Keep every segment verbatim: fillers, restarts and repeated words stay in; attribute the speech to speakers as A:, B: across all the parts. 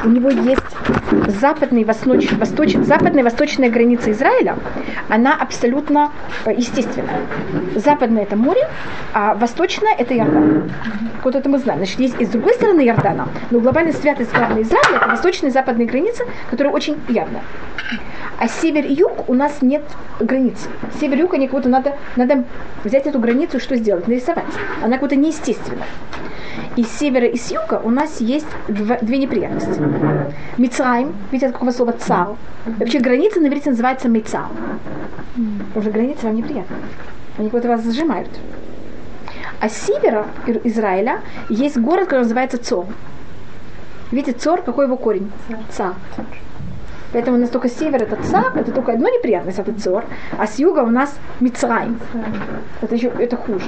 A: у него есть западная, восточ, восточ, западная восточная граница Израиля, она абсолютно естественная. Западная это море, а восточная это Иордан. Вот это мы знаем. Значит, есть и с другой стороны Иордана, но глобальная святость главной Израиля это восточная и западная граница, которая очень явная. А север и юг у нас нет границы. Север и юг, они как будто надо, надо взять эту границу и что сделать? Нарисовать. Она как будто неестественная. И с севера и с юга у нас есть два, две неприятности. Мицраим, видите, от какого слова цар. Вообще граница на иврите называется мицар. Уже границы вам неприятны. Они как будто вас зажимают. А с севера Израиля есть город, который называется Цор. Видите, Цор, какой его корень? Цар. Поэтому у нас только север это Цар, это только одна неприятность, это Цор, а с юга у нас Мицраим. Это еще это хуже.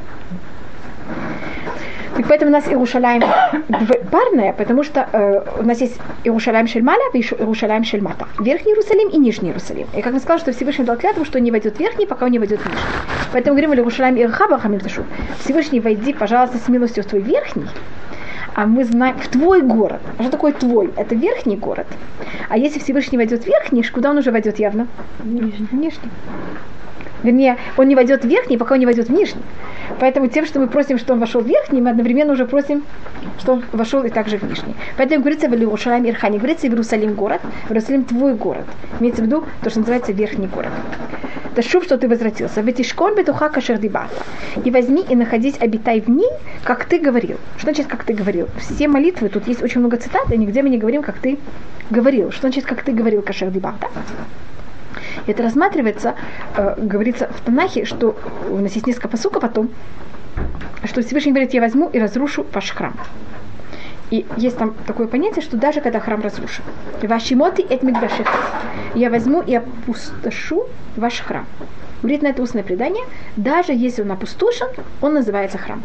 A: И поэтому у нас Иерушалаим парная, потому что э, у нас есть Иерушалаим Шельмаля и Иерушалаим Шельмата. Верхний Иерусалим и Нижний Иерусалим. И как мы сказали, что Всевышний дал клятву, что не войдет верхний, пока он не войдет нижний. Поэтому говорим Иерушалаим Ирхаба Хамим Ташу. Всевышний, войди, пожалуйста, с милостью в твой верхний. А мы знаем, в твой город. А что такое твой? Это верхний город. А если Всевышний войдет в верхний, куда он уже войдет явно?
B: Нижний.
A: Нижний. Вернее, он не войдет в верхний, пока он не войдет в нижний. Поэтому тем, что мы просим, что он вошел в верхний, мы одновременно уже просим, что он вошел и также в нижний. Поэтому говорится в Иерушалаим Ирха, не говорится в Иерусалим город, в Иерусалим твой город. Имеется в виду то, что называется верхний город. Ташув, что ты возвратился. Ветишкон бетуха кашер дибата. И возьми и находись, обитай в ней, как ты говорил. Что значит, как ты говорил? Все молитвы, тут есть очень много цитат, и нигде мы не говорим, как ты говорил. Что значит, как ты говорил кашер дибата? Это рассматривается, э, говорится в Танахе, что у нас есть несколько пасуков потом, что Всевышний говорит, я возьму и разрушу ваш храм. И есть там такое понятие, что даже когда храм разрушен, вашимоти эт микдаших, я возьму и опустошу ваш храм. Говорит на это устное предание, даже если он опустошен, он называется храм.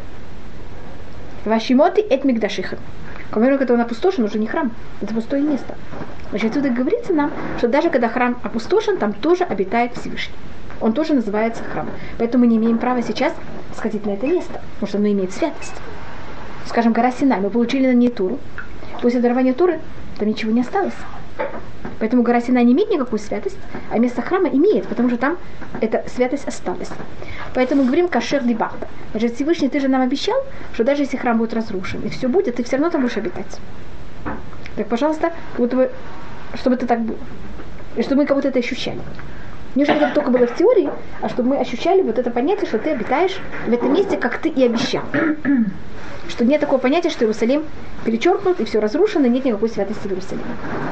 A: Вашимоти эт микдаших. Когда он опустошен, уже не храм, это пустое место. Значит, отсюда говорится нам, что даже когда храм опустошен, там тоже обитает Всевышний. Он тоже называется храм. Поэтому мы не имеем права сейчас сходить на это место, потому что оно имеет святость. Скажем, гора Синай, мы получили на ней Туру. После дарования Туры там ничего не осталось. Поэтому гора Синай не имеет никакую святость, а место храма имеет, потому что там эта святость осталась. Поэтому говорим кашер дибахта. Значит, Всевышний, ты же нам обещал, что даже если храм будет разрушен, и все будет, ты все равно там будешь обитать. Так, пожалуйста, вот вы, чтобы это так было. И чтобы мы как будто это ощущали. Не чтобы это только было в теории, а чтобы мы ощущали вот это понятие, что ты обитаешь в этом месте, как ты и обещал. Что нет такого понятия, что Иерусалим перечеркнут и все разрушено, нет никакой святости в Иерусалиме.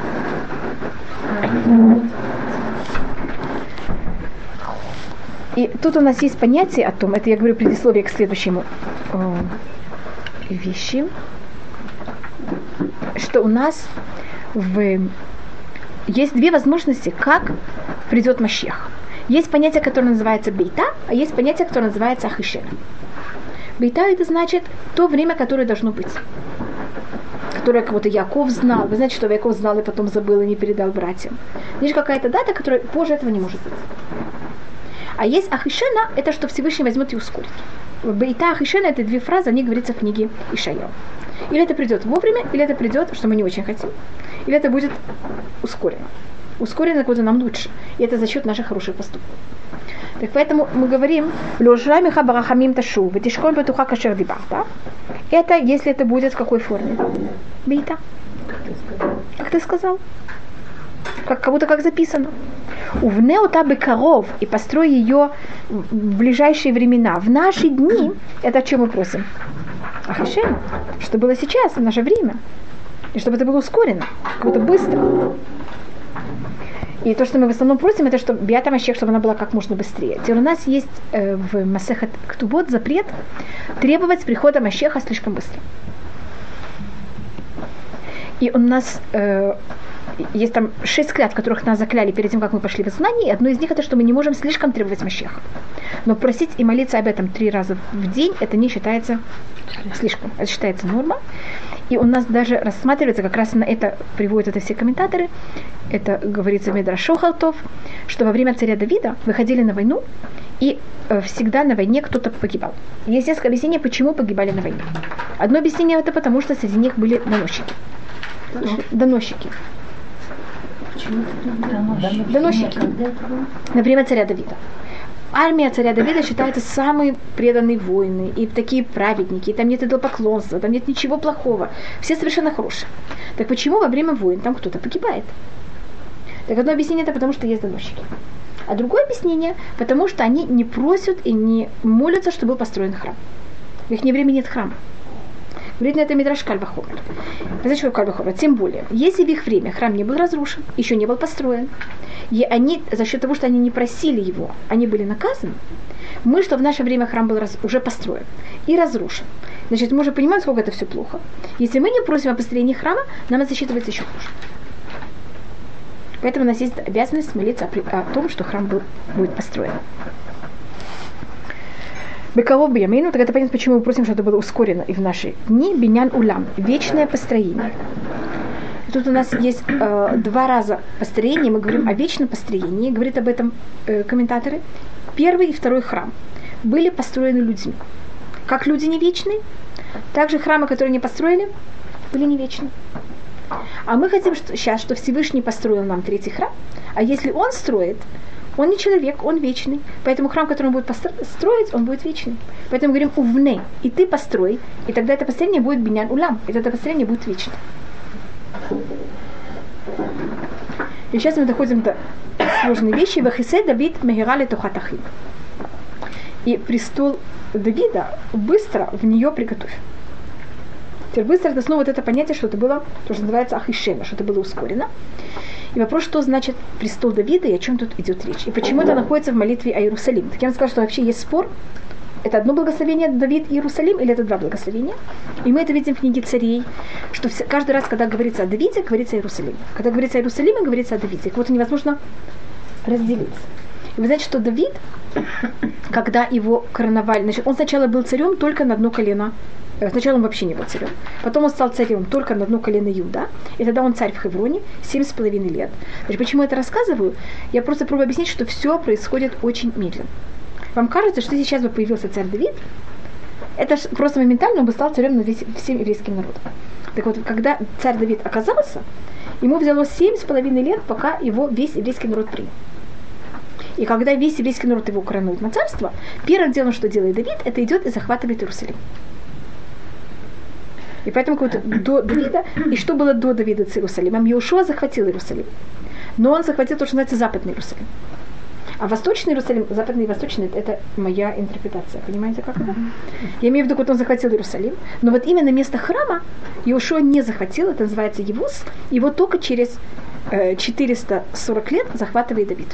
A: И тут у нас есть понятие о том, это я говорю предисловие к следующему э, вещи, что у нас в, есть две возможности, как придет Машиах. Есть понятие, которое называется бейта, а есть понятие, которое называется ахишена. Бейта это значит то время, которое должно быть. Которое кого-то Яков знал. Вы знаете, что Яков знал и потом забыл и не передал братьям. Есть какая-то дата, которая позже этого не может быть. А есть ахишена, это что Всевышний возьмет и ускорит. Бейта, ахишена, это две фразы, они говорятся в книге Ишаяу. Или это придет вовремя, или это придет, что мы не очень хотим, или это будет ускорено. Ускорено куда нам лучше. И это за счет наших хороших поступков. Так поэтому мы говорим, «Лёжрамиха барахамим ташу, ватишкон бетуха кашер дибахта». Это, если это будет в какой форме? Бейта. Как ты сказал? Как, как будто как записано. Увне ота бекаров, и построй ее в ближайшие времена. В наши дни, это о чем мы просим? Ахишена. Что было сейчас, в наше время. И чтобы это было ускорено, как будто быстро. И то, что мы в основном просим, это чтобы Биата Машиах, чтобы она была как можно быстрее. Теперь у нас есть э, в Масехет Ктубот запрет требовать прихода Машиаха слишком быстро. И у нас э, есть там шесть клятв, которых нас закляли перед тем, как мы пошли в изгнание. И одно из них это, что мы не можем слишком требовать Машиаха. Но просить и молиться об этом три раза в день, это не считается слишком. Это считается норма. И у нас даже рассматривается, как раз на это приводят это все комментаторы, это говорится в Мидраш Шохалтов, что во время царя Давида выходили на войну, и э, всегда на войне кто-то погибал. Есть несколько объяснений, почему погибали на войне. Одно объяснение это потому, что среди них были доносчики. Доносчики.
B: Почему доносчики?
A: Доносчики. Например, царя Давида. Армия царя Давида считается самые преданные воины, и такие праведники, и там нет идолопоклонства, там нет ничего плохого. Все совершенно хорошие. Так почему во время войн там кто-то погибает? Так одно объяснение это потому, что есть доносчики. А другое объяснение, потому что они не просят и не молятся, чтобы был построен храм. В их время нет храма. Говорит на это Мидраш Каль Вахомер. Знаете, что Каль Вахомер? Тем более, если в их время храм не был разрушен, еще не был построен, и они, за счет того, что они не просили его, они были наказаны, мы, что в наше время храм был раз, уже построен и разрушен. Значит, мы уже понимаем, сколько это все плохо. Если мы не просим о построении храма, нам это засчитывается еще хуже. Поэтому у нас есть обязанность молиться о, о том, что храм был, будет построен. Бекавов бьямину, так это понятно, почему мы просим, чтобы это было ускорено и в наши дни. Бинян улам, вечное построение. И тут у нас есть э, два раза построение, мы говорим о вечном построении, говорят об этом э, комментаторы. Первый и второй храм были построены людьми. Как люди не вечны, так же храмы, которые не построили, были не вечны. А мы хотим что, сейчас, что Всевышний построил нам третий храм, а если он строит, он не человек, он вечный. Поэтому храм, который он будет строить, он будет вечный. Поэтому мы говорим увне, и ты построй, и тогда это построение будет бинян улам, и это построение будет вечным. И сейчас мы доходим до сложной вещи. Вахисе Давид мегирали тухатахим. И престол Давида быстро в нее приготовь. Теперь быстро это снова вот это понятие, что это было, то, что называется ахишена, что это было ускорено. И вопрос, что значит престол Давида и о чем тут идет речь. И почему это находится в молитве о Иерусалиме. Так я вам скажу, что вообще есть спор. Это одно благословение Давид и Иерусалим, или это два благословения. И мы это видим в книге царей, что все, каждый раз, когда говорится о Давиде, говорится о Иерусалиме. Когда говорится о Иерусалиме, говорится о Давиде. И вот невозможно разделить. И вы знаете, что Давид, когда его короновали, значит, он сначала был царем только на одно колено. Сначала он вообще не был царем. Потом он стал царем только на одно колено Иуда. И тогда он царь в Хевроне семь с половиной лет. Значит, почему я это рассказываю? Я просто пробую объяснить, что все происходит очень медленно. Вам кажется, что сейчас бы появился царь Давид, это просто моментально он бы стал царем над всем еврейским народом. Так вот, когда царь Давид оказался, ему взяло семь с половиной лет, пока его весь еврейский народ принял. И когда весь еврейский народ его коронует на царство, первым делом, что делает Давид, это идет и захватывает Иерусалим. И поэтому вот до Давида, и что было до Давида с Иерусалимом? Йошуа захватил Иерусалим. Но он захватил то, что называется Западный Иерусалим. А Восточный Иерусалим, Западный и Восточный, это моя интерпретация. Понимаете, как это? Я имею в виду, вот он захватил Иерусалим, но вот именно место храма Йошуа не захватил, это называется Евус, его только через э, четыреста сорок лет захватывает Давид.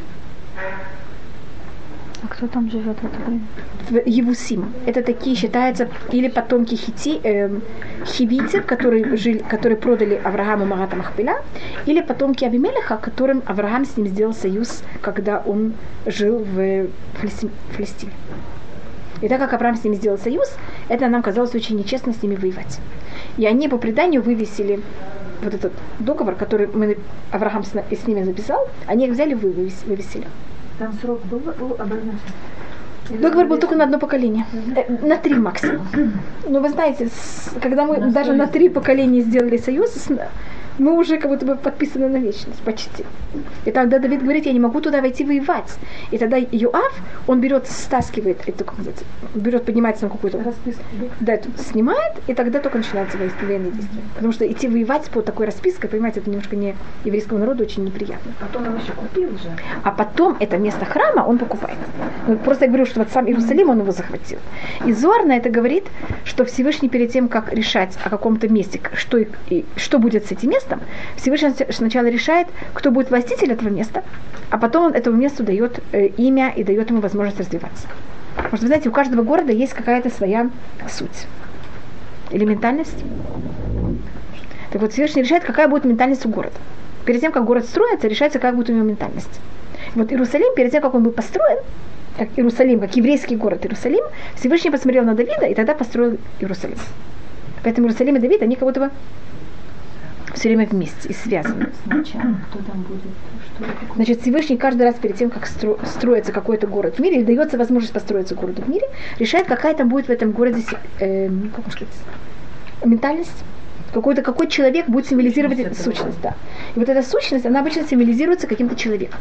B: А кто там живет в это время?
A: В Евусим. Это такие считаются или потомки хити, э, хивитов, которые, жили, которые продали Аврааму Марата Махпеля, или потомки Авимелеха, которым Авраам с ним сделал союз, когда он жил в Фалестине. И так как Авраам с ними сделал союз, это нам казалось очень нечестно с ними воевать. И они по преданию вывесили вот этот договор, который мы, Авраам с, с ними записал, они их взяли и вывесили.
B: Там срок был у оборотности?
A: Договор был только на одно поколение. Э, на три максимум. Но вы знаете, с, когда мы на даже на три поколения сделали союз, мы уже как будто бы подписаны на вечность, почти. И тогда Давид говорит, я не могу туда войти воевать. И тогда Йоав, он берет, стаскивает, это, как называется, берет, поднимается на какую-то расписку, да, это снимает, и тогда только начинаются военные действия. Потому что идти воевать по такой расписке, понимаете, это немножко не еврейскому народу очень неприятно.
B: Потом он еще купил же.
A: А потом это место храма он покупает. Ну, просто я говорю, что вот сам Иерусалим он его захватил. И Зоар на это говорит, что Всевышний перед тем, как решать о каком-то месте, что, и, и, что будет с этим местом, Всевышний сначала решает, кто будет властитель этого места, а потом он этому месту дает э, имя и дает ему возможность развиваться. Потому что, вы знаете, у каждого города есть какая-то своя суть. Или ментальность. Так вот, Всевышний решает, какая будет ментальность у города. Перед тем, как город строится, решается, какая будет у него ментальность. Вот Иерусалим, перед тем, как он был построен, как Иерусалим, как еврейский город Иерусалим, Всевышний посмотрел на Давида и тогда построил Иерусалим. Поэтому Иерусалим и Давид, они как будто бы все время вместе и связаны.
B: Сначала кто там будет? Что,
A: Значит, Всевышний каждый раз перед тем, как стро, строится какой-то город в мире, или дается возможность построиться городу в мире, решает, какая там будет в этом городе э, как сказать, ментальность, Какой-то какой человек будет символизировать эту сущность. Да. И вот эта сущность, она обычно символизируется каким-то человеком.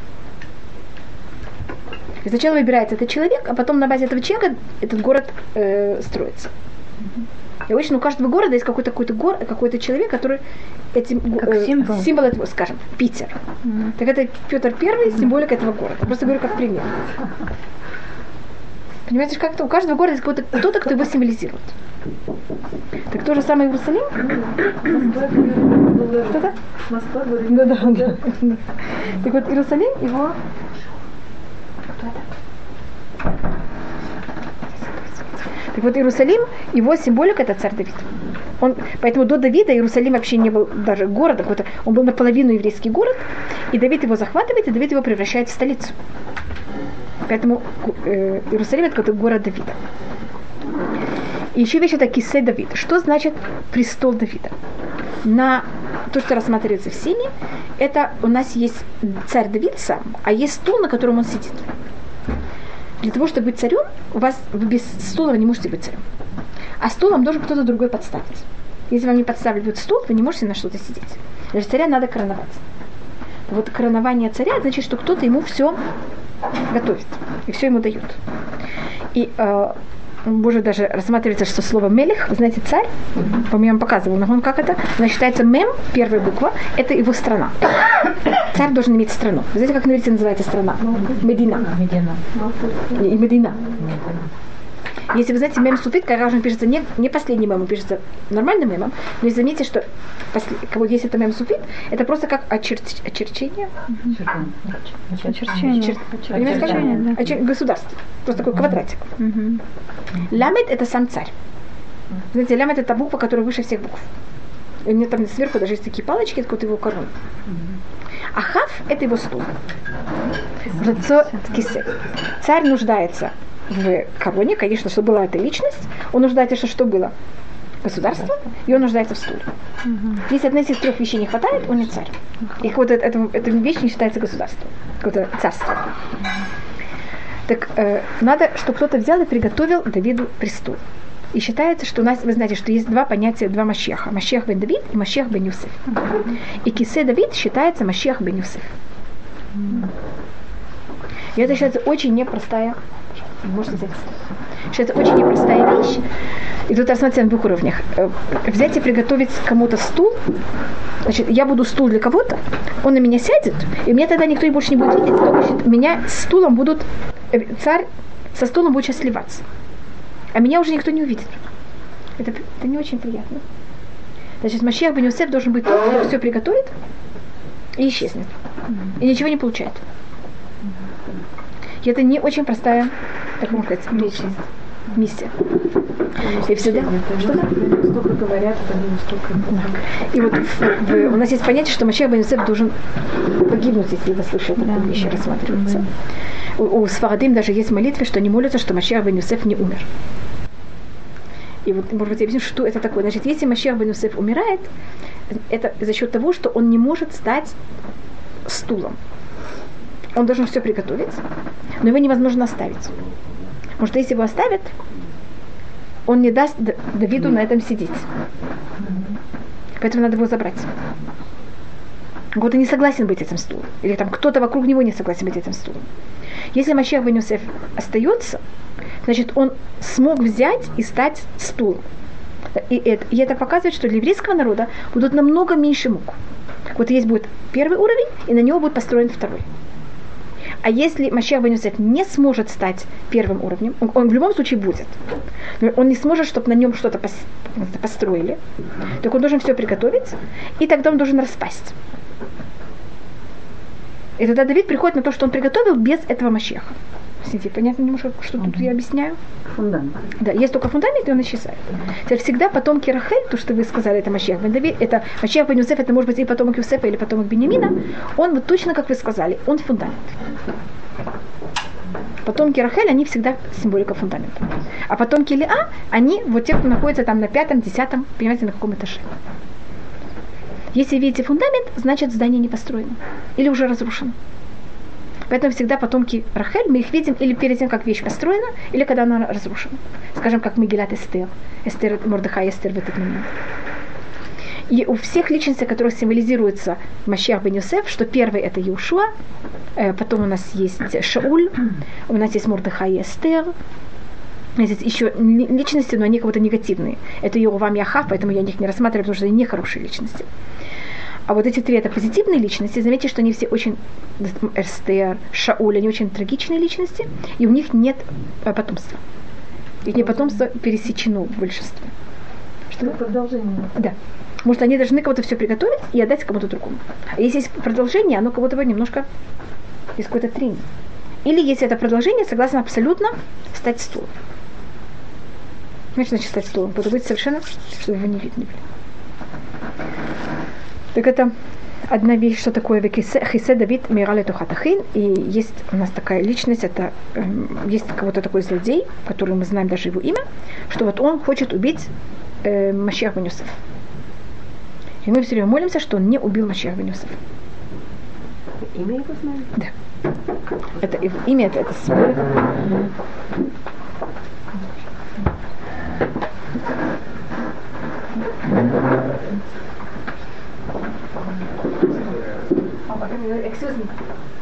A: И сначала выбирается этот человек, а потом на базе этого человека этот город э, строится. И обычно у каждого города есть какой-то какой-то гор, какой-то человек, который этим э, символ. символ этого, скажем, Питер. Mm-hmm. Так это Петр Первый, символика этого города. Я просто говорю как пример. Понимаете, как-то у каждого города есть какой-то кто-то, кто его символизирует. Так то же самое Иерусалим. Что-то?
B: Москва,
A: да, да, да. Так вот Иерусалим, его. Кто это? Так вот, Иерусалим, его символика – это царь Давид. Он, поэтому до Давида Иерусалим вообще не был даже городом, он был наполовину еврейский город, и Давид его захватывает, и Давид его превращает в столицу. Поэтому э, Иерусалим – это какой-то город Давида. И еще вещь – это кисе Давид. Что значит престол Давида? На то, что рассматривается в семье, это у нас есть царь Давид сам, а есть стул, на котором он сидит. Для того, чтобы быть царем, у вас вы без стула вы не можете быть царем. А стул вам должен кто-то другой подставить. Если вам не подставляют стул, вы не можете на что-то сидеть. Значит, царя надо короновать. Вот коронование царя значит, что кто-то ему все готовит и все ему дают. И э, может даже рассматривается, что слово «мелех», вы знаете, царь, по-моему, я вам показывала, но он как это? Она считается мем, первая буква, это его страна. Царь должен иметь страну. Вы знаете, как на иврите называется страна? Медина. Медина. И Медина. Если вы знаете, мем суфит, когда он пишется не, не последний мем, он пишется нормальным мемом, но если заметите, что после, кого есть это мем суфит, это просто как очерч, очерчение.
B: Очерчение.
A: Очер... Очерчение, да. Очер... Государство. Просто такой квадратик. Угу. Ламет это сам царь. Знаете, ламет это буква, которая выше всех букв. И у него там сверху даже есть такие палочки, это вот его корона. А хав это его стул. Царь нуждается в короне, конечно, чтобы была эта личность, он нуждается, что что было? Государство, и он нуждается в стуле. Uh-huh. Если одной из этих трех вещей не хватает, он не царь. И какой-то эта, эта вещь не считается государством, какое-то царство. Uh-huh. Так э, надо, чтобы кто-то взял и приготовил Давиду престол. И считается, что у нас, вы знаете, что есть два понятия, два Машеха. Машех бен Давид и Машех бен Юсеф. Uh-huh. И кисе Давид считается Машех бен Юсеф. Uh-huh. И это считается очень непростая. Можно взять. Что это очень непростая вещь. И тут рассмотрим на двух уровнях. Взять и приготовить кому-то стул. Значит, я буду стул для кого-то, он на меня сядет, и меня тогда никто больше не будет видеть, только меня с стулом будут, царь со стулом будет сейчас сливаться. А меня уже никто не увидит. Это, это не очень приятно. Значит, Машех бен Йосеф должен быть тот, кто все приготовит и исчезнет. И ничего не получает. И это не очень простая, так можно сказать, миссия. миссия. И всегда... Что-то?
B: Столько говорят, это не столько...
A: И вот в, в, у нас есть понятие, что Машех бен Йосеф должен погибнуть, если вы слышали, такие да, вещи рассматриваются. У, у Сфарадим даже есть молитва, что они молятся, что Машех бен Йосеф не умер. И вот, может быть, я объясню, что это такое. Значит, если Машех бен Йосеф умирает, это за счет того, что он не может стать стулом. Он должен все приготовить, но его невозможно оставить. Потому что если его оставят, он не даст Давиду на этом сидеть. Поэтому надо его забрать. Кто-то не согласен быть этим стулом. Или там кто-то вокруг него не согласен быть этим стулом. Если Машех бен Йосеф остается, значит, он смог взять и стать стулом. И это, и это показывает, что для еврейского народа будут намного меньше мук. Вот есть будет первый уровень, и на него будет построен второй. А если Машех бен Йосеф не сможет стать первым уровнем, он, он в любом случае будет, но он не сможет, чтобы на нем что-то пос, построили, так он должен все приготовить, и тогда он должен распасть. И тогда Давид приходит на то, что он приготовил без этого Машеха. Смотрите, понятно немножко, что тут я объясняю?
B: Фундамент.
A: Да, есть только фундамент, и он исчезает. Теперь всегда потомки Рахель, то, что вы сказали, это Машех бен Давид, это Машех бен Йосеф, это может быть и потомок Йосефа, или потомок Беньямина, он вот точно, как вы сказали, он фундамент. Потомки Рахель, они всегда символика фундамента. А потомки Леа, они вот те, кто находится там на пятом, десятом, понимаете, на каком этаже. Если видите фундамент, значит здание не построено. Или уже разрушено. Поэтому всегда потомки Рахель, мы их видим или перед тем, как вещь построена, или когда она разрушена. Скажем, как Мегилат Эстер. Эстер, Мордехай Эстер в этот момент. И у всех личностей, которые символизируются Машиах бен Йосеф, что первый это Иешуа, потом у нас есть Шауль, у нас есть Мордехай и Эстер. Здесь еще личности, но они как-то негативные. Это Йеровам и Ахав, поэтому я их не рассматриваю, потому что они нехорошие личности. А вот эти три это позитивные личности. Заметьте, что они все очень, Эстер, Шауль, они очень трагичные личности, и у них нет потомства. Их потомство пересечено в большинстве.
B: Что это продолжение?
A: Да. Потому что они должны кого-то все приготовить и отдать кому-то другому. А если есть продолжение, оно кого-то немножко есть какое-то трение. Или если это продолжение, согласно абсолютно стать стулом. Значит, значит стать стулом. Буду быть совершенно, чтобы его не видно. Так это одна вещь, что такое Хисе Давид Мирали Тухатахин. И есть у нас такая личность, это э, есть кого-то такой злодей, который мы знаем даже его имя, что вот он хочет убить э, Машиах бен Йосеф. И мы все время молимся, что он не убил Машиах бен Йосеф.
B: Имя его знаем?
A: Да. Это его имя, это, это символика. Excuse me.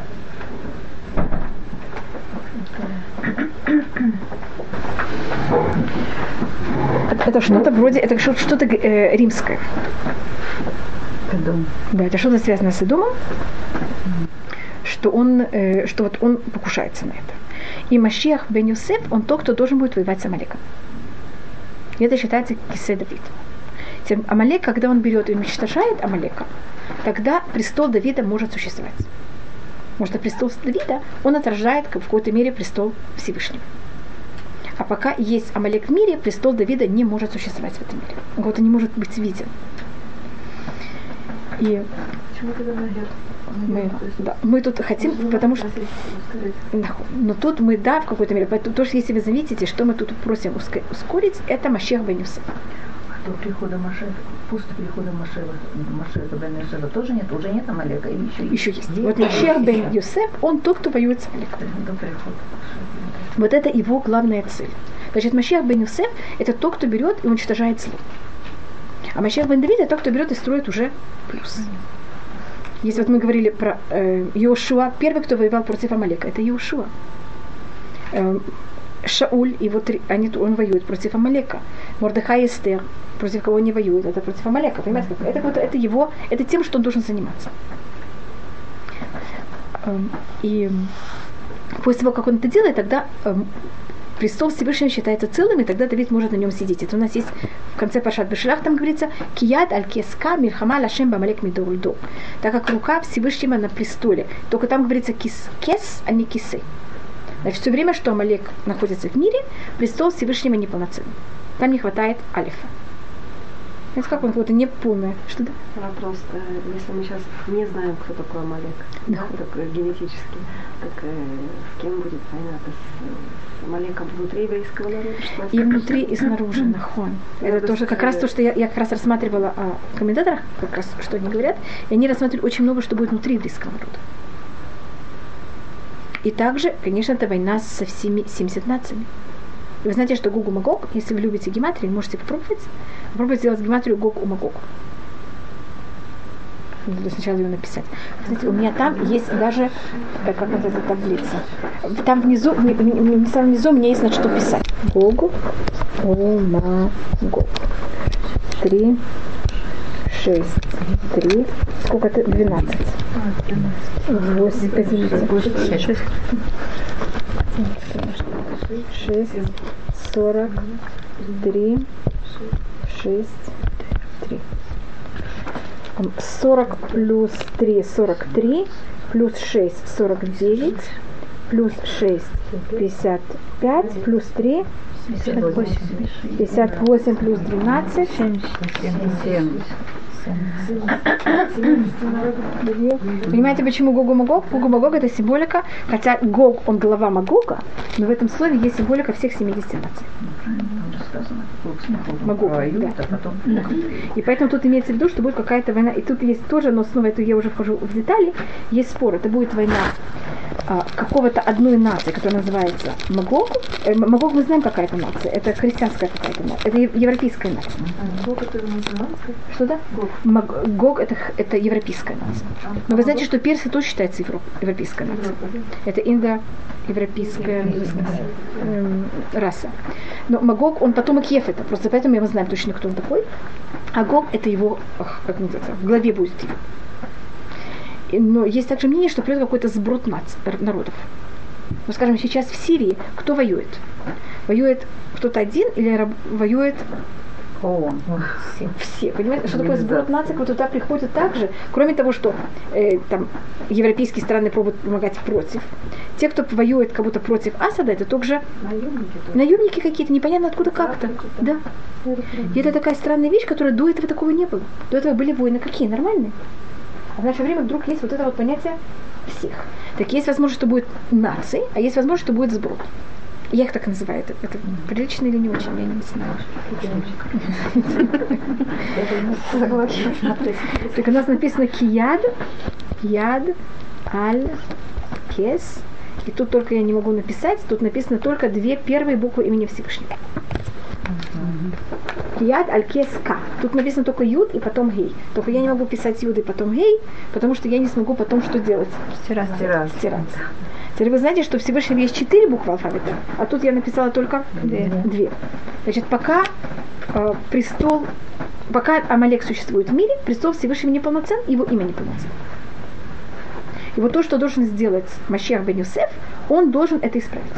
A: Это что-то вроде, это что-то э, римское.
B: Эдом.
A: Да, это что-то связано с Эдомом, что он, э, что вот он покушается на это. И Машиах бен Йосеф, он тот, кто должен будет воевать с Амалеком. И это считается Кисе Давид. Амалек, когда он берет и уничтожает Амалека, тогда престол Давида может существовать. Потому что престол Давида, он отражает в какой-то мере престол Всевышнего. А пока есть Амалек в мире, престол Давида не может существовать в этом мире. Он как-то не может быть виден. И
B: почему это наверх?
A: мы, да, мы тут хотим, потому что... Но тут мы, да, в какой-то мере. Поэтому тоже, если вы заметите, что мы тут просим ускорить, это Машиах бен Йосеф.
C: До прихода Машеха, после прихода Машеха, Машеха бен Йосефа тоже нет, уже нет Амалека, или еще есть?
A: Еще есть. есть. Вот Машиах бен Йосеф, он тот, кто воюет с Амалеком.
C: До прихода.
A: Вот это его главная цель. Значит, Машиах бен Йосеф это тот, кто берет и уничтожает зло. А Машиах бен Давид это тот, кто берет и строит уже плюс. Если вот мы говорили про э, Йошуа, первый, кто воевал против Амалека, это Йошуа. Э, Шауль, и вот они, он воюет против Амалека. Мордехай и Эстер, против кого не воюют, это против Амалека. Понимаете, это, это, это его, это тем, что он должен заниматься. Э, и после того, как он это делает, тогда э, престол Всевышнего считается целым, и тогда Давид может на нем сидеть. Это у нас есть в конце Паршат Бешелах, там говорится «Кияд аль-кеска мирхама лашем бамалек мидор льдо». Так как рука Всевышнего на престоле. Только там говорится кис, «кес», а не «кисы». Значит, все время, что Амалек находится в мире, престол Всевышнего неполноценный. Там не хватает алифа. Это как он какое-то неполное. Что да?
B: Вопрос, если мы сейчас не знаем, кто такой Амалек, да. Да, такой генетически, так э, с кем будет война? С Амалеком внутри еврейского народа? Что
A: и внутри, и снаружи, нахон. Это, это тоже как раз то, что я, я как раз рассматривала о комментаторах, как раз что они говорят, и они рассматривали очень много, что будет внутри еврейского народа. И также, конечно, это война со всеми семьдесят нациями. И вы знаете, что Гог и Магог, если вы любите гематрию, можете попробовать, попробовать сделать гематрию Гог и Магог. Надо сначала ее написать. Знаете, у меня там есть даже, как называется, таблица. Там внизу, в самом внизу у меня есть на что писать. Гог, О, Магог. Три, шесть, три, сколько это? Двенадцать. Восемь, извините. Шесть. Шесть, сорок, три, шесть, три. Сорок плюс три, сорок три, плюс шесть, сорок девять, плюс шесть, пятьдесят пять, плюс три, пятьдесят восемь, пятьдесят восемь плюс двенадцать, семь. Понимаете, почему Гог и Магог? Гог и Магог это символика, хотя Гог он глава Магога, но в этом слове есть символика всех семидесяти наций. Магог, да. И поэтому тут имеется в виду, что будет какая-то война. И тут есть тоже, но снова это я уже вхожу в детали, есть спор. Это будет война а, какого-то одной нации, которая называется Магог. Э, Магог мы знаем, какая это нация. Это христианская какая-то нация. Это европейская нация.
B: Гог это мусульманская?
A: Что да? Гог. Магог это, это европейская нация. Но вы знаете, что персы тоже считается Европ, европейская нация. Это индоевропейская э, раса. Но Магог, он потомок Ефета. Просто поэтому мы знаем точно, кто он такой. А Гог это его, ах, как называется, в главе будет его. Но есть также мнение, что придет какой-то сброд народов. Ну, скажем, сейчас в Сирии кто воюет? Воюет кто-то один или воюет
C: О,
A: все? Все. Понимаете, что такое сброд наций, кто туда приходит также, кроме того, что э, там европейские страны пробуют помогать против. Те, кто воюет как будто против Асада, это также наемники, наемники какие-то, непонятно откуда как-то. Да. И это такая странная вещь, которая до этого такого не было. До этого были войны какие? Нормальные. А в наше время вдруг есть вот это вот понятие всех. Так есть возможность, что будет нации, а есть возможность, что будет сброд. Я их так называю. Это, это прилично или не очень, я не знаю. Так у нас написано кияд, кияд, аль, кес. И тут только я не могу написать, тут написано только две первые буквы имени Всевышнего. Кияд, аль, кес, ка. Тут написано только юд и потом гей. Только я не могу писать юд и потом гей, потому что я не смогу потом что делать?
C: Стирать.
A: Стирать. Стирать. Теперь вы знаете, что в Всевышнем есть четыре буквы алфавита, а тут я написала только две. две. Значит, пока э, престол, пока Амалек существует в мире, престол Всевышнего неполноцен, его имя неполноценно. И вот то, что должен сделать Машиах бен Йосеф, он должен это исправить.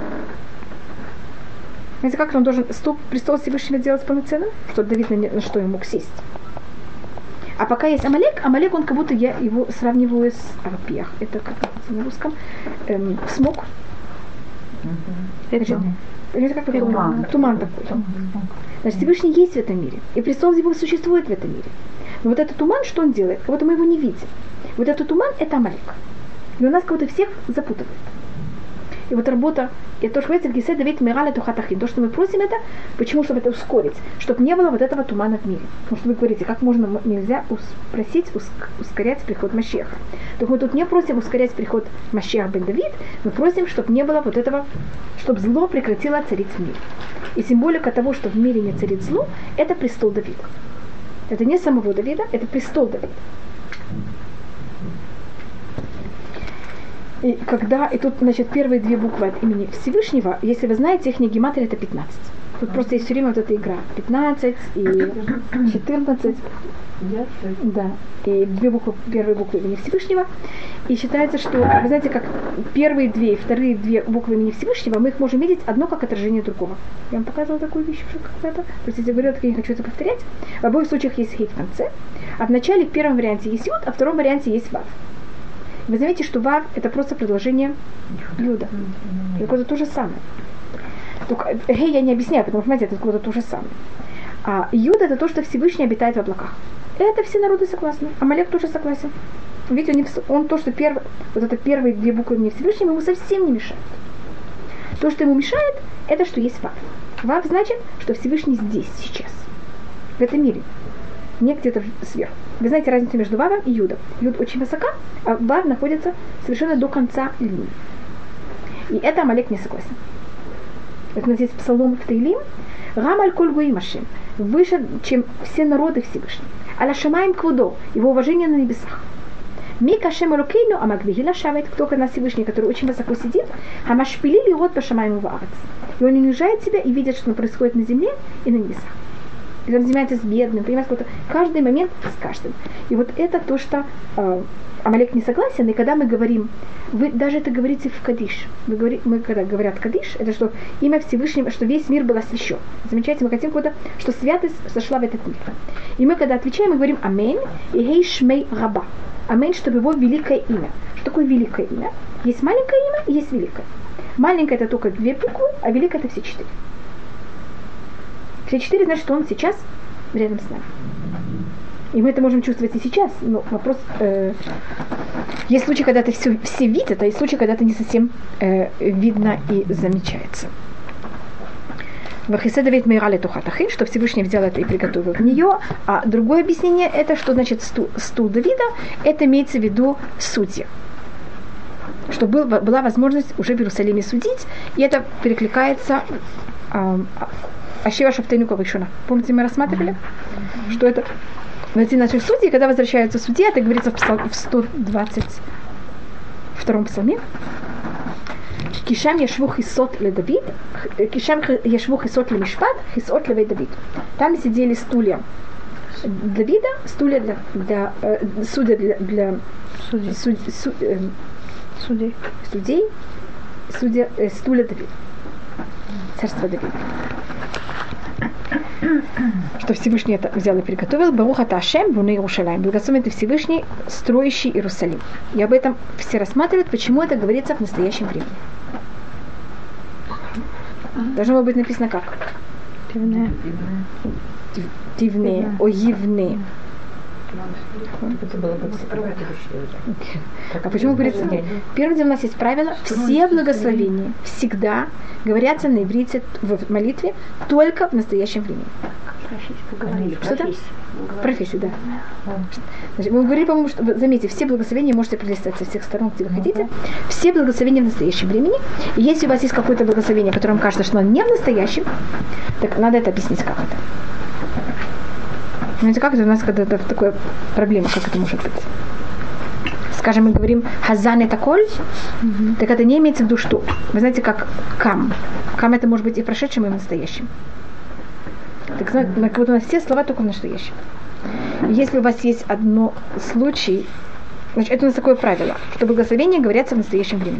A: Знаете, как он должен стоп, престол Всевышнего сделать полноценным? Что Давид на, на что ему мог сесть. А пока есть Амалек, Амалек, он как будто я его сравниваю с Арпиях. Это как на русском? Эм, смог. Значит, это как туман. Туман такой. Значит, Всевышний есть в этом мире. И престол его существует в этом мире. Но вот этот туман, что он делает? Как будто мы его не видим. Вот этот туман – это Амалек. И у нас как будто всех запутывает. И вот работа, и то, что говорится, в Гисе Давид Мирале Тухатахин, то, что мы просим это, почему, чтобы это ускорить, чтобы не было вот этого тумана в мире. Потому что вы говорите, как можно, нельзя просить ускорять приход Машеха. Так мы тут не просим ускорять приход Машеха бен Давид, мы просим, чтобы не было вот этого, чтобы зло прекратило царить в мире. И символика того, что в мире не царит зло, это престол Давида. Это не самого Давида, это престол Давида. И когда, и тут, значит, первые две буквы от имени Всевышнего, если вы знаете, их гематрия это пятнадцать. Тут просто есть все время вот эта игра. пятнадцать и четырнадцать. Да. И две буквы, первые буквы имени Всевышнего. И считается, что, вы знаете, как первые две и вторые две буквы имени Всевышнего, мы их можем видеть одно как отражение другого. Я вам показывала такую вещь уже когда-то. Простите, я говорю, так я не хочу это повторять. В обоих случаях есть хей в конце. А в начале, в первом варианте есть юд, а в втором варианте есть вав. Вы заметите, что вав это просто продолжение юда. Это то же самое. Только гей я не объясняю, потому что, знаете, это какое-то то же самое. А юд это то, что Всевышний обитает в облаках. Это все народы согласны. Амалек тоже согласен. Видите, он, он то, что первый, вот это первые две буквы имени Всевышнего, ему совсем не мешает. То, что ему мешает, это что есть вав. Вав значит, что Всевышний здесь, сейчас. В этом мире. Не где-то сверху. Вы знаете разницу между вавом и юдом. Юд очень высока, а вав находится совершенно до конца линии. И это Амалек не согласен. Это у нас есть псалом в Теилим. Рам аль коль гоим Ашем. Выше, чем все народы Всевышнего. Аля шамаим квудо. Его уважение на небесах. Мик Ашем элокейну амагвихила шавет. Кто к нас Всевышний, который очень высоко сидит. Хамашпилили рот по шамаиму ваарец. И он унижает себя и видит, что происходит на земле и на небесах. И он занимается с бедным, понимаете, каждый момент с каждым. И вот это то, что э, Амалек не согласен, и когда мы говорим, вы даже это говорите в Кадиш, вы говорите, мы когда говорят Кадиш, это что имя Всевышнего, что весь мир был освящен. Замечайте, мы хотим куда, что святость сошла в этот мир. И мы когда отвечаем, мы говорим Амейн и Гей Шмей Раба. Амейн, чтобы его великое имя. Что такое великое имя? Есть маленькое имя и есть великое. Маленькое это только две буквы, а великое это все четыре. Все четыре значит, что он сейчас рядом с нами. И мы это можем чувствовать и сейчас. Но вопрос... Э, есть случаи, когда это все, все видят, а есть случаи, когда это не совсем э, видно и замечается. Вахисе Давид Мирале Тухатахин, что Всевышний взял это и приготовил в нее. А другое объяснение, это что значит стул, стул Давида, это имеется в виду судья. чтобы был, была возможность уже в Иерусалиме судить, и это перекликается Ашива Шафтейну Кавишуна. Помните, мы рассматривали, mm-hmm. что это найти наших судей, когда возвращаются судьи, это говорится в, псал, в сто двадцать втором псалме. Кишам яшву хисот ле Давид, кишам яшву хисот ле Мишпат, хисот ле Давид. Там сидели стулья Давида, стулья для, для э, судья для, для судей, суд, суд, э, судей, судей, судья, э, стулья Давида, царство Давида. Что Всевышний это взял и приготовил. Барух ата Ашем буне Иерушалаим. Благословен ты Всевышний, строящий Иерусалим. И об этом все рассматривают, почему это говорится в настоящем времени. Должно быть написано как? Тивне. Тивне. Оивне. А почему говорится? Первым делом у нас есть правило: все благословения всегда говорятся на иврите в молитве только в настоящем времени. Что там? Профессия, да. Значит, мы говорили, по-моему, что, заметьте, все благословения можете пролистать со всех сторон, где вы хотите. Все благословения в настоящем времени. И если у вас есть какое-то благословение, которое вам кажется, что оно не в настоящем, так надо это объяснить, как это. Знаете, как это у нас когда-то такая проблема, как это может быть? Скажем, мы говорим «хазан это коль», mm-hmm. так это не имеется в виду что. Вы знаете, как «кам». «Кам» это может быть и в прошедшем, и в настоящем. Так mm-hmm. вот у нас все слова только в настоящем. И если у вас есть одно случай, значит, это у нас такое правило, что благословения говорятся в настоящем времени.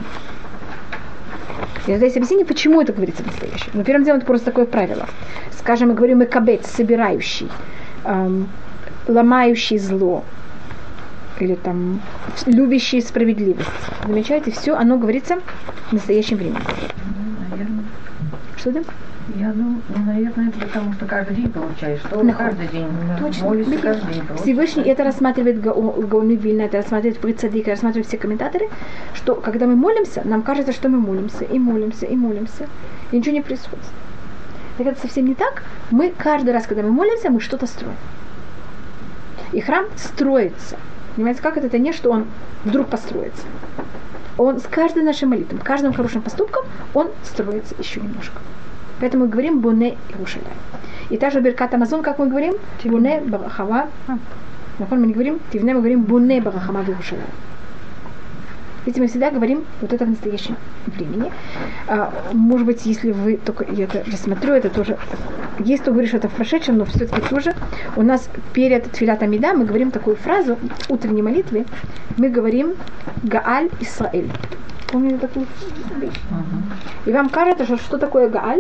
A: Я задаюсь объяснение, почему это говорится в настоящем. Но первым делом это просто такое правило. Скажем, мы говорим «экабет», собирающий, эм, ломающий зло, или там любящий справедливость. Замечаете, все оно говорится в настоящем времени.
C: Наверное.
A: Что там?
C: Я думаю, наверное, потому что каждый день получаешь, что
A: Но.
C: каждый день
A: Точно.
C: молишься каждый день.
A: Всевышний это рассматривает Гаон Вильна, это рассматривает Брит Цадик, рассматривают все комментаторы, что когда мы молимся, нам кажется, что мы молимся, и молимся, и молимся, и ничего не происходит. Так это совсем не так. Мы каждый раз, когда мы молимся, мы что-то строим. И храм строится. Понимаете, как это? Это не, что он вдруг построится. Он с каждой нашей молитвой, каждым хорошим поступком, он строится еще немножко. Поэтому мы говорим «Буне Иерушалаим». И также Беркат Амазон, как мы говорим, «Буне Барахава». Мы не говорим «Тивне», мы говорим «Буне Барахава Иерушалаим». Ведь мы всегда говорим вот это в настоящем времени. А, может быть, если вы только, я это рассмотрю, это тоже, есть кто говорит, что это в прошедшем, но все-таки тоже у нас перед Тфилат Амида мы говорим такую фразу в утренней молитве, мы говорим «Гааль Исраэль». Помните такую вещь? Uh-huh. И вам кажется, что что такое Гааль?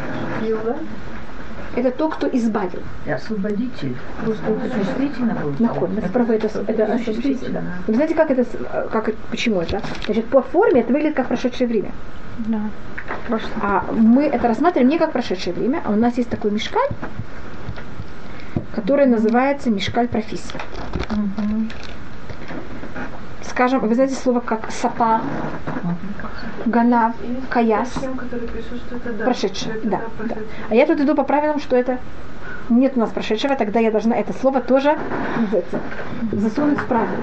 A: Это то, кто избавил.
C: И освободитель. Просто это существительно будет.
A: Находно. Справа это, это освободитель. Вы знаете, как это, как, почему это? Значит, по форме это выглядит как прошедшее время. Да. А мы это рассматриваем не как прошедшее время, а у нас есть такой мишкаль, который называется мишкаль профессии. Uh-huh. Скажем, вы знаете слово как сапа, ганав, каяс, прошедшее, да, да. А я тут иду по правилам, что это нет у нас прошедшего, тогда я должна это слово тоже засунуть в правило.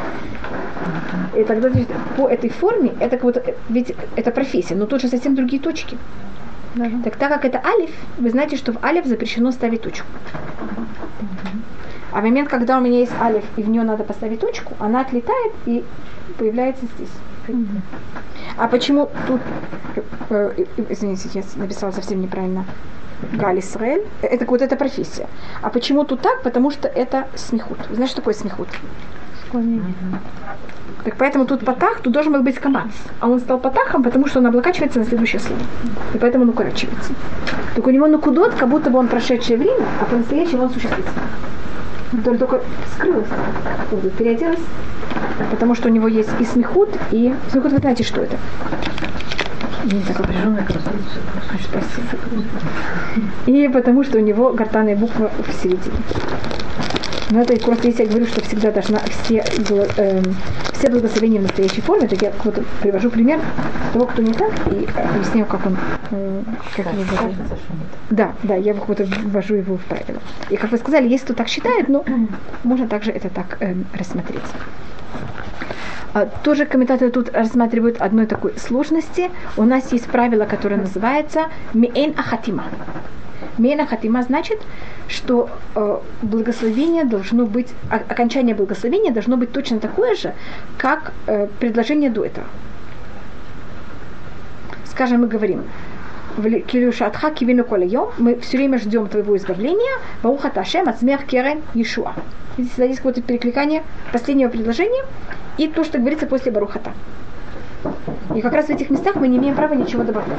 A: И тогда значит, по этой форме, это как будто, ведь это профессия, но тут же совсем другие точки. Да. Так, так как это алиф, вы знаете, что в алиф запрещено ставить точку. А в момент, когда у меня есть алиф, и в нее надо поставить точку, она отлетает и появляется здесь. Mm-hmm. А почему тут, э, извините, я написала совсем неправильно, Галь Исраэль, это вот эта профессия. А почему тут так? Потому что это смехут. Знаешь, что такое смехут? Mm-hmm. Так поэтому тут патах, тут должен был быть камаз. А он стал патахом, потому что он облокачивается на следующее слово. И поэтому он укорачивается. Так у него накудот, как будто бы он прошедшее время, а по-настоящему он существительный. Который только скрылась, переоделась, потому что у него есть и смехут, и... Смехут, вы знаете, что это? Не знаю, как напряженная красавица. И потому что у него гортанная буква в середине. Но это просто, если я говорю, что всегда должна все, э, все благословения в настоящей форме, так я вот привожу пример того, кто не так, и объясняю, как он... Э, как его зовут. Да, да, я вот ввожу его в правила. И как вы сказали, есть кто так считает, но можно также это так э, рассмотреть. А, тоже комментаторы тут рассматривают одной такой сложности. У нас есть правило, которое называется «миэн ахатима». «Миэн ахатима» значит, что э, благословение должно быть, о, окончание благословения должно быть точно такое же, как э, предложение до этого. Скажем, мы говорим «Килюшатха кивину колейом», мы все время ждем твоего избавления, «Баруха ташем ацмех керен Иешуа». Здесь есть какое-то перекликание последнего предложения и то, что говорится после Барухата. И как раз в этих местах мы не имеем права ничего добавлять.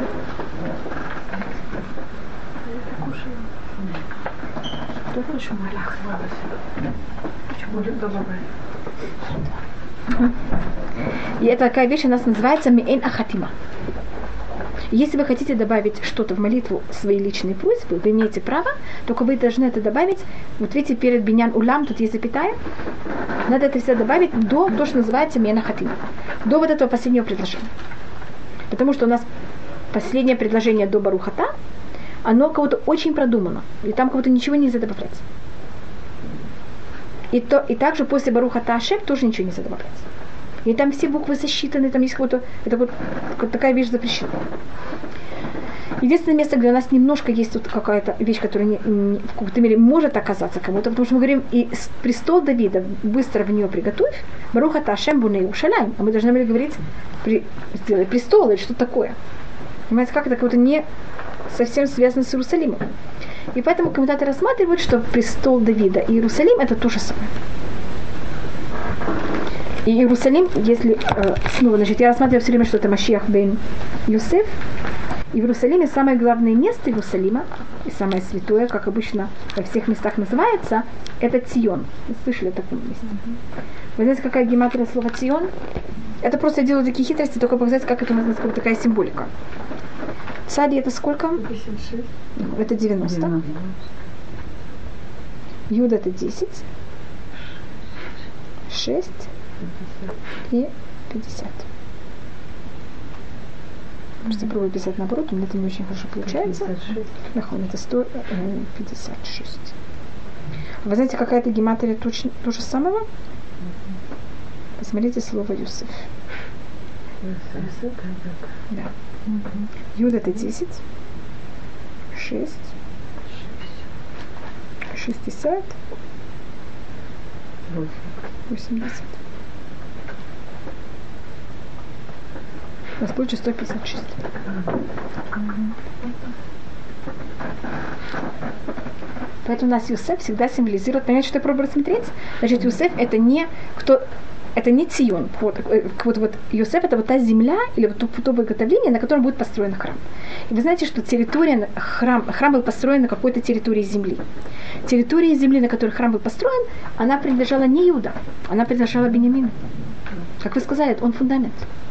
A: И это такая вещь, у нас называется «миэн ахатима». Если вы хотите добавить что-то в молитву, свои личные просьбы, вы имеете право, только вы должны это добавить, вот видите, перед биньян улам, тут есть запятая, надо это все добавить до того, что называется «миэн ахатима», до вот этого последнего предложения. Потому что у нас последнее предложение до Барухата, оно кого-то очень продумано, и там кого-то ничего нельзя добавлять. И, то, и также после Барухата Ашем тоже ничего нельзя добавлять. И там все буквы засчитаны, там есть какое-то, это вот, вот такая вещь запрещена. Единственное место, где у нас немножко есть вот какая-то вещь, которая не, не, в какой-то мере может оказаться кому-то, потому что мы говорим, и престол Давида быстро в нее приготовь, Барухата Ашем буне Иерушалаим, а мы должны были говорить, при, сделай престол, или что такое. Понимаете, как это как-то не совсем связано с Иерусалимом. И поэтому комментаторы рассматривают, что престол Давида и Иерусалим это то же самое. И Иерусалим, если э, снова, значит, я рассматриваю все время, что это Машиах бен Йосеф. И в Иерусалиме самое главное место Иерусалима, и самое святое, как обычно во всех местах называется, это Цион. Вы слышали о таком месте? Вы знаете, какая гематрия слова Цион? Это просто я делаю такие хитрости, только показать, как это у нас называется, такая символика. Цади это сколько?
B: пятьдесят шесть.
A: Это девяносто. Юда это десять. шесть. И пятьдесят. Просто пробую писать наоборот, у меня это не очень хорошо получается. Нахон, это сто пятьдесят шесть. Вы знаете, какая-то гематрия точно то же самого? Посмотрите слово Юсеф. Да. Юда это десять. шесть. шестьдесят. восемьдесят. У нас получится сто пятьдесят шесть. Поэтому у нас Юсеф всегда символизирует, понимаете, что я пробую рассмотреть? Значит, Юсеф это не кто, это не Цион. Вот, вот, вот Юсеф это вот та земля или вот то, то приготовление, на котором будет построен храм. И вы знаете, что территория храм, храм был построен на какой-то территории земли. Территория земли, на которой храм был построен, она принадлежала не Иуда, она принадлежала Беньямину. Как вы сказали, он фундамент.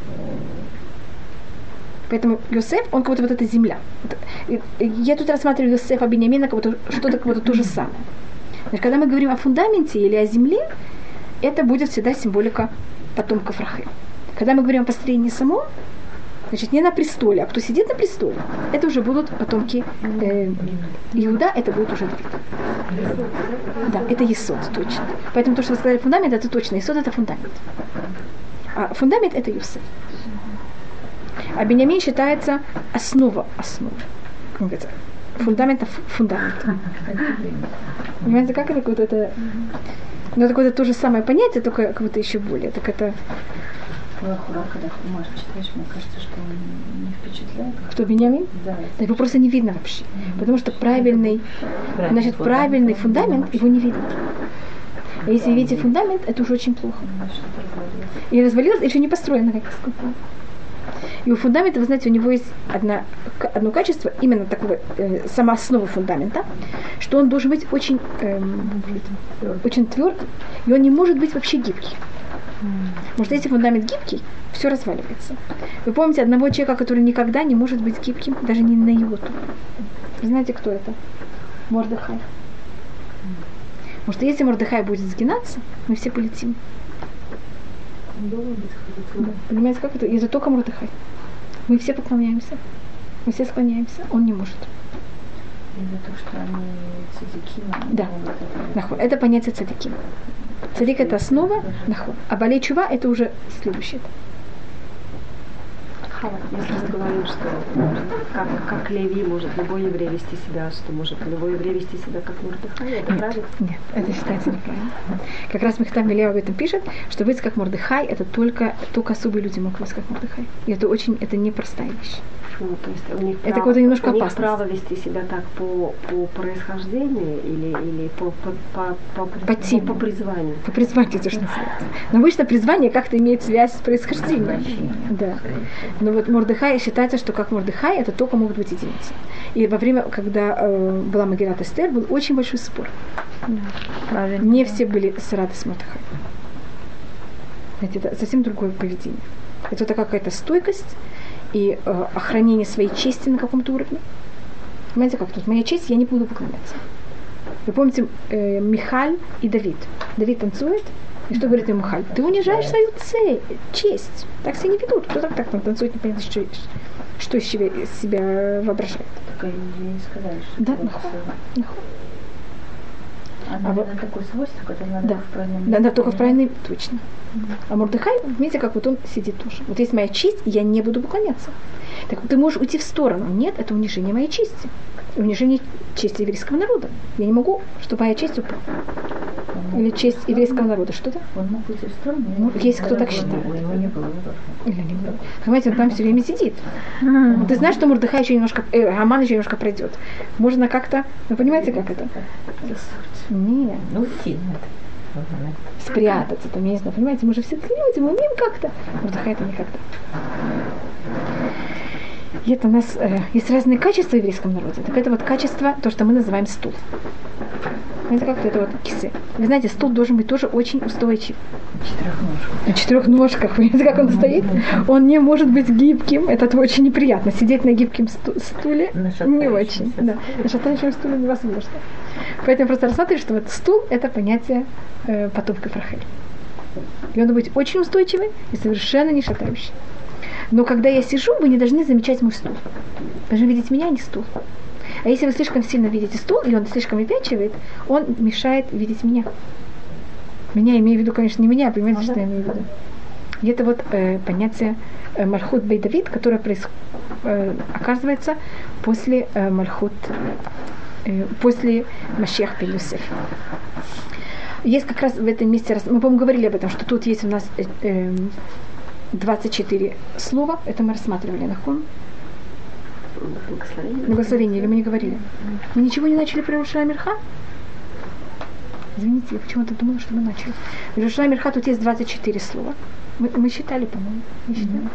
A: Поэтому Йосеф, он как будто вот эта земля. Я тут рассматриваю Йосефа Беньямина, как будто что-то как будто то же самое. Значит, когда мы говорим о фундаменте или о земле, это будет всегда символика потомков Рахель. Когда мы говорим о построении само, значит, не на престоле, а кто сидит на престоле, это уже будут потомки э, Иуда, это будет уже Давид. Да, это Есод, точно. Поэтому то, что вы сказали фундамент, это точно. Есод это фундамент. А фундамент это Йосеф. А Беньямин считается основа основы. Фундамента фундамента. Понимаете, как это вот это? Ну, это какое-то то же самое понятие, только как будто еще более. Так это.
C: Когда Хумаш читаешь, мне кажется, что он не впечатляет.
A: Кто, Беньямин?
C: Да.
A: Да, его просто не видно вообще. Mm-hmm. Потому что правильный, правильный значит, фундамент, правильный фундамент, его не видно. А если вы видите фундамент, это уже очень плохо. И развалилось, и еще не построено, как я сказала. И у фундамента, вы знаете, у него есть одно, одно качество, именно такого, э, сама основа фундамента, что он должен быть очень, э, очень твердый, и он не может быть вообще гибкий. Потому что если фундамент гибкий, все разваливается. Вы помните одного человека, который никогда не может быть гибким, даже не на йоту. Вы знаете, кто это? Мордехай. Потому что если Мордехай будет сгинаться, мы все полетим. Да. Понимаете, как это? И это только Мордехай. Мы все поклоняемся, мы все склоняемся, он не может.
C: Из-за того, что они цадиким.
A: Да, это понятие цадиким. Цадик это основа, а балей чува это уже следующее.
B: Если мы говорим, что как, как Леви может любой еврей вести себя, что может любой еврей вести себя как Мордехай, это
A: нет,
B: правильно?
A: Нет, это считается неправильно. Как раз Мехтав Милева об этом пишет, что быть как Мордехай, это только, только особые люди могут быть как Мордехай. И это очень, это непростая вещь.
B: Ну, то есть у них
A: это
B: право,
A: немножко
B: у них
A: опасно.
B: право вести себя так по, по происхождению или, или по, по, по, по,
A: по,
B: по, по призванию?
A: По призванию, то, что называется. Но обычно призвание как-то имеет связь с происхождением. Да. Но вот Мордехай считается, что как Мордехай это только могут быть единицы. И во время, когда э, была Магилат Эстер, был очень большой спор. Да. Не все были с Рады с Мордехай. Это совсем другое поведение. Это какая-то стойкость и э, охранение своей чести на каком-то уровне. Понимаете, как тут? Моя честь, я не буду поклоняться. Вы помните э, Михаль и Давид? Давид танцует, и что говорит ему Михаль? Ты унижаешь свою цель, честь. Так себя не ведут. Кто так, так там танцует, непонятно, что, что из себя, из себя воображает.
C: Так они не сказали, что
A: да,
C: это
A: нахуй.
C: А,
A: а вот
C: такое свойство, которое надо
A: да.
C: в правильном
A: Да, да, только в правильном, точно.
C: Mm-hmm.
A: А Мордехай, видите, как вот он сидит тоже. Вот есть моя честь, и я не буду поклоняться. Так ты можешь уйти в сторону. Нет, это унижение моей чести. Унижение чести еврейского народа. Я не могу, чтобы моя честь упала. Mm-hmm. Или честь еврейского народа. Что-то?
C: Он мог уйти в сторону.
A: Ну, есть кто так считает.
C: Его не было.
A: Или не было. Понимаете, он там все время сидит. Mm-hmm. Ты знаешь, что Мордехай еще немножко, э, Аман еще немножко пройдет. Можно как-то, вы понимаете, как это? Нет.
C: Ну, уйти нет.
A: Спрятаться, там, я не знаю, понимаете, мы же все люди, мы умеем как-то. Мордехай это никогда. И это у нас э, есть разные качества в еврейском народе. Так это вот качество, то, что мы называем стул. Знаете, как это вот кисы. Вы знаете, стул должен быть тоже очень устойчив. На четырех ножках. Понимаете, как он стоит? Он не может быть гибким. Это очень неприятно. Сидеть на гибком сту- стуле не очень. Да. На шатающем стуле невозможно. Поэтому просто рассматриваю, что вот стул – это понятие э, потомков Рахель. И он будет очень устойчивый и совершенно не шатающий. Но когда я сижу, вы не должны замечать мой стул. Вы должны видеть меня, а не стул. А если вы слишком сильно видите стул, и он слишком выпячивает, он мешает видеть меня. Меня, имею в виду, конечно, не меня, понимаете, ага. что я имею в виду. И это вот э, понятие э, Мальхут бей Давид, которое проис... э, оказывается после э, Мальхут, э, после Машиах бен Йосеф. Есть как раз в этом месте, мы, по-моему, говорили об этом, что тут есть у нас э, э, двадцать четыре слова, это мы рассматривали, нахон?
B: Благословение.
A: Благословение, или мы не говорили? Мы ничего не начали про Рушай Мирха? Извините, я почему-то думала, что мы начали. В Рушай Мирха тут есть двадцать четыре слова. Мы, мы считали, по-моему. Не считали?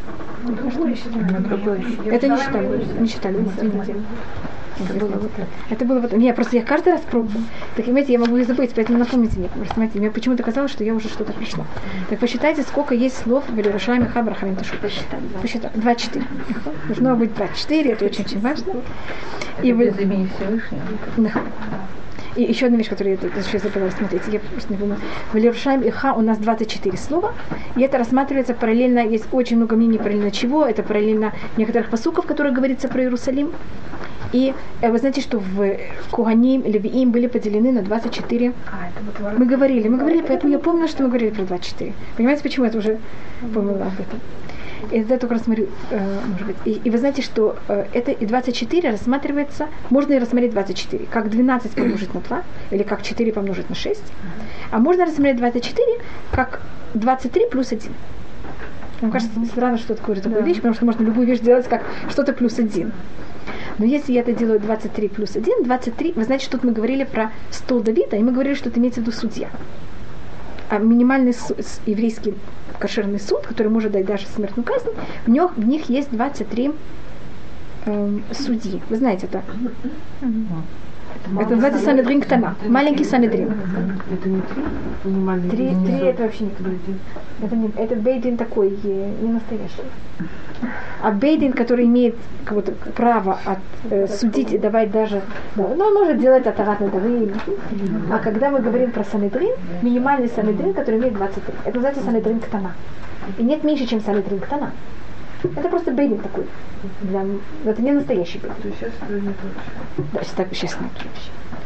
A: Mm-hmm. Это не считали, не считали, извините. Это было вот это. Это было вот. Не, просто я каждый раз пробую. Так, понимаете, я могу и забыть, поэтому напомните мне. Просто, понимаете, мне почему-то казалось, что я уже что-то пришла. Так посчитайте, сколько есть слов в Иерушалайме Хабар Хамим Ташу. Посчитайте. двадцать четыре. Должно быть двадцать четыре, это очень-очень важно.
C: И вы имени Всевышнего.
A: Да. И еще одна вещь, которую я еще забыла, смотрите, я просто не помню. В Иерушалайм и Ха у нас двадцать четыре слова, и это рассматривается параллельно, есть очень много мнений параллельно чего, это параллельно некоторых пасуков, которые говорится про Иерусалим. И вы знаете, что в Куганим, Левиим были поделены на двадцать четыре. А, это вот мы говорили, мы говорили, поэтому я помню, что мы говорили про двадцать четыре. Понимаете, почему я это уже помнила об этом? И я только рассмотрю, э, может быть. И, и вы знаете, что э, это и двадцать четыре рассматривается, можно и рассмотреть двадцать четыре, как двенадцать помножить на два, или как четыре помножить на шесть. А можно рассмотреть двадцать четыре, как двадцать три плюс один. Мне кажется, странно, что такое такую да. вещь, потому что можно любую вещь делать как что-то плюс один. Но если я это делаю двадцать три плюс один, двадцать три, вы знаете, что тут мы говорили про стол Давида, и мы говорили, что это имеется в виду судья. А минимальный су- еврейский кошерный суд, который может дать даже смертную казнь, в них, в них есть двадцать три эм, судьи. Вы знаете это? Mm-hmm. Это называется Санедрин Ктана. Маленький Санедрин.
B: Это не три? Минимальный
A: три, три это вообще не бейдин. Это, не, это бейдин такой, не настоящий. А бейдин, который имеет как будто, право от, э, судить и давать даже... Да, ну, он может делать атарат надавы. А когда мы говорим про Санедрин, минимальный Санедрин, который имеет двадцать три. Это называется Санедрин Ктана. И нет меньше, чем Санедрин Ктана. Это просто бейдин такой. Для... Это не настоящий бейдин.
B: То есть сейчас это не точно.
A: Да, сейчас, сейчас нет вообще.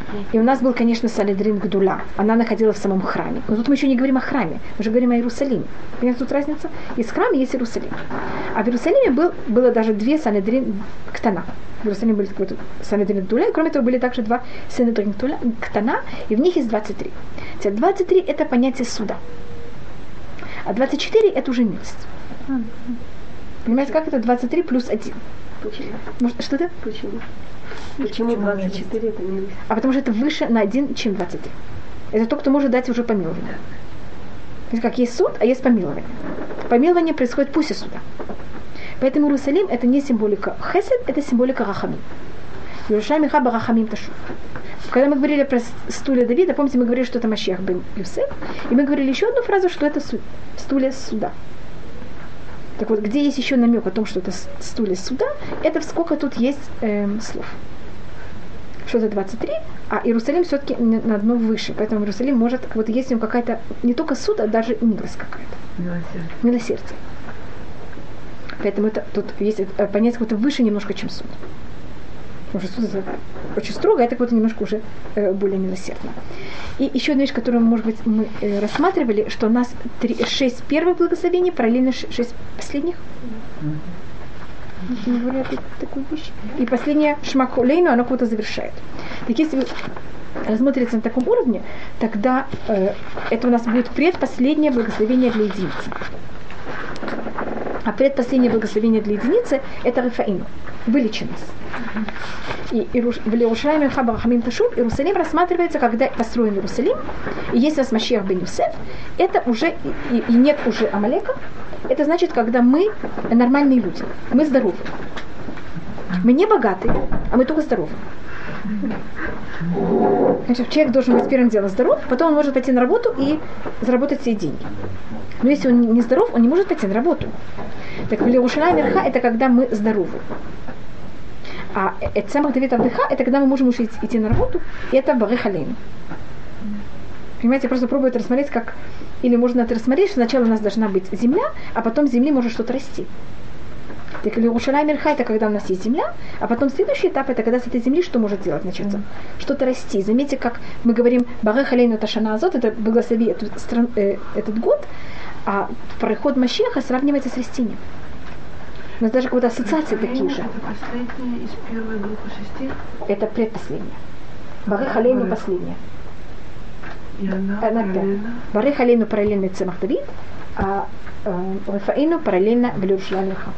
A: И у нас был, конечно, Санедрин Гдула. Она находилась в самом храме. Но тут мы еще не говорим о храме, мы же говорим о Иерусалиме. Понимаете, тут разница? Есть храм, есть Иерусалим. А в Иерусалиме был, было даже две Санедрин Ктана. В Иерусалиме были какой-то Санедрин Гдула, и кроме того были также два Санедрин Ктана, и в них есть двадцать три. двадцать три это понятие суда. А двадцать четыре это уже милость. Понимаете, как это двадцать три плюс один?
B: Почему?
A: Может, что это?
B: Почему? Почему двадцать четыре это милость?
A: А потому что это выше на один, чем двадцать три. Это тот, кто может дать уже помилование. То есть как есть суд, а есть помилование. Помилование происходит после суда. Поэтому Иерусалим это не символика хесед, это символика рахамим. Иерушалим хаба рахамим ташу. Когда мы говорили про стулья Давида, помните, мы говорили, что это Машиах бен Юсеф, и мы говорили еще одну фразу, что это стулья суда. Так вот, где есть еще намек о том, что это стулья суда, это сколько тут есть эм, слов. Что это двадцать три, а Иерусалим все-таки на одно выше. Поэтому Иерусалим может, вот есть у него какая-то, не только суд, а даже милость какая-то.
C: Милосердие.
A: Милосердие. Поэтому это, тут есть понятие какое-то выше немножко, чем суд. Потому что суд это очень строго, а это какое-то немножко уже э, более милосердно. И еще одна вещь, которую, может быть, мы э, рассматривали, что у нас три, шесть первых благословений, параллельно шесть последних. Mm-hmm. Не говорят такую вещь. И последнее Шмакулейну, оно кого-то завершает. Так если вы рассмотрите на таком уровне, тогда э, это у нас будет предпоследнее благословение для единицы. А предпоследнее благословение для единицы это Рафаину, вылечи нас. И в Иерушалиме хаба рахамим ташу Иерусалим рассматривается, когда построен Иерусалим, и если у нас Машиах бен Юсеф, это уже, и, и нет уже Амалека, это значит, когда мы нормальные люди, мы здоровы. Мы не богатые, а мы только здоровы. Значит, человек должен быть первым делом здоров, потом он может пойти на работу и заработать себе деньги. Но если он не здоров, он не может пойти на работу. Так в Иерушалайм Верха это когда мы здоровы. А это самых Давид Авдыха, это когда мы можем уже идти на работу, и это Барех Алейну. Понимаете, я просто пробую это рассмотреть, как... Или можно это рассмотреть, что сначала у нас должна быть земля, а потом с земли может что-то расти. Так в Иерушалайм Верха это когда у нас есть земля, а потом следующий этап это когда с этой земли что может делать, начаться? Mm. Что-то расти. Заметьте, как мы говорим Барех Алейну Ташана Азот, это благослови эту, стран, э, этот год, а приход Машиаха сравнивается с растением. У нас даже какие-то ассоциации такие же.
C: Это последняя из первой группы шести?
A: Это предпоследняя. Барех Алейну последняя.
C: И она
A: она
C: параллельно?
A: Барех Алейну параллельно Цемах Давид, а э, Рафаину параллельно в Иерушалайм Верха.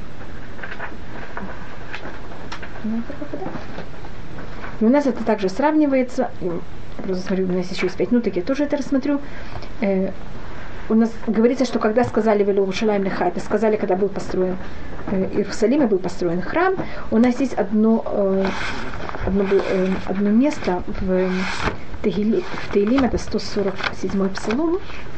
A: И у нас это также сравнивается. Я просто смотрю, у нас еще есть пять минут, так я тоже это рассмотрю. Э, у нас говорится, что когда сказали в Иерушалайм Леха, это сказали, когда был построен э, Иерусалим, был построен храм. У нас есть одно, э, одно, э, одно место в Тегилим, в Тегилим, это сто сорок седьмой псалом.